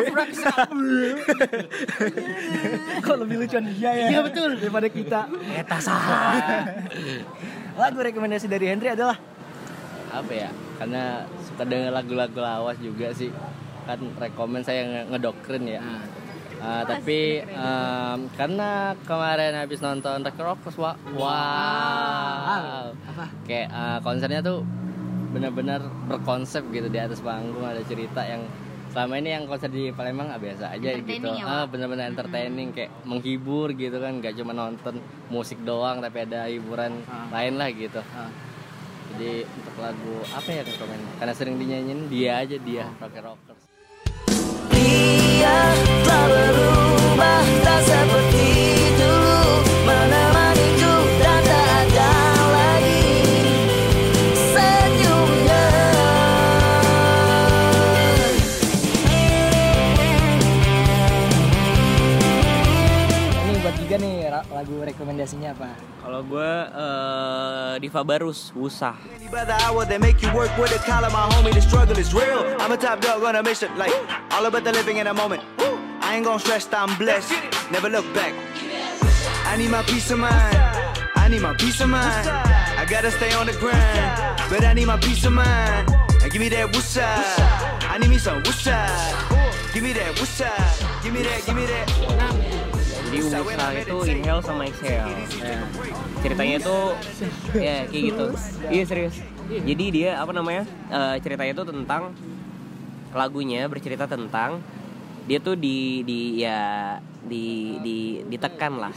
Kok lebih lucuan dia ya? Iya betul. Daripada kita. Eta saha. Lagu rekomendasi dari Henry adalah apa ya? Karena suka denger lagu-lagu lawas juga sih. Kan rekomen saya ngedoktrin ya. Tapi karena kemarin habis nonton Rockers, wow. Kayak konsernya tuh benar-benar berkonsep gitu, di atas panggung ada cerita yang selama ini yang konser di Palembang biasa aja gitu. Ya, benar-benar entertaining, kayak menghibur gitu kan, nggak cuma nonton musik doang tapi ada hiburan lain lah gitu. Jadi untuk lagu apa ya rekomen? Karena sering dinyanyiin dia Rockers. Dia telah berubah, tak seperti dulu, menemaniku dan tak ada lagi senyumnya. ini buat Giga nih lagu rekomendasinya apa? Kalau gue Diva Barus, Wusah. By the hour they make you work with a collar, my homie, the struggle is real. I'm a top dog on a mission, like all about the living in a moment. I ain't gon' stress, I'm blessed, never look back. I need my peace of mind, I need my peace of mind. I gotta stay on the grind, but I need my peace of mind. Give me that woosah, I need me some woosah. Give me that woosah, give me that. Jadi woosah itu inhale sama exhale. Ceritanya itu ya kayak gitu. Iya serius. Jadi dia apa namanya? Ceritanya itu tentang lagunya bercerita tentang dia tuh ditekan lah.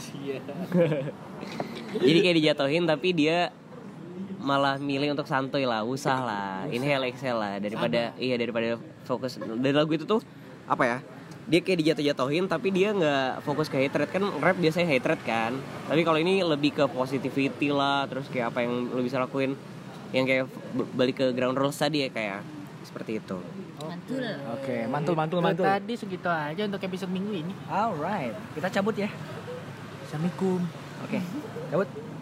Jadi kayak dijatuhin tapi dia malah milih untuk santuy lah, usah lah, inhale exhale lah daripada fokus. Dari lagu itu tuh apa ya? Dia kayak dijatuh-jatuhin tapi dia nggak fokus ke hate rate, kan rap biasanya hate rate kan. Tapi kalau ini lebih ke positivity lah, terus kayak apa yang lo bisa lakuin yang kayak balik ke ground rules tadi ya, kayak seperti itu. Mantul. Oke, mantul. Tadi segitu aja untuk episode minggu ini. Alright, kita cabut ya. Assalamualaikum. Oke, cabut.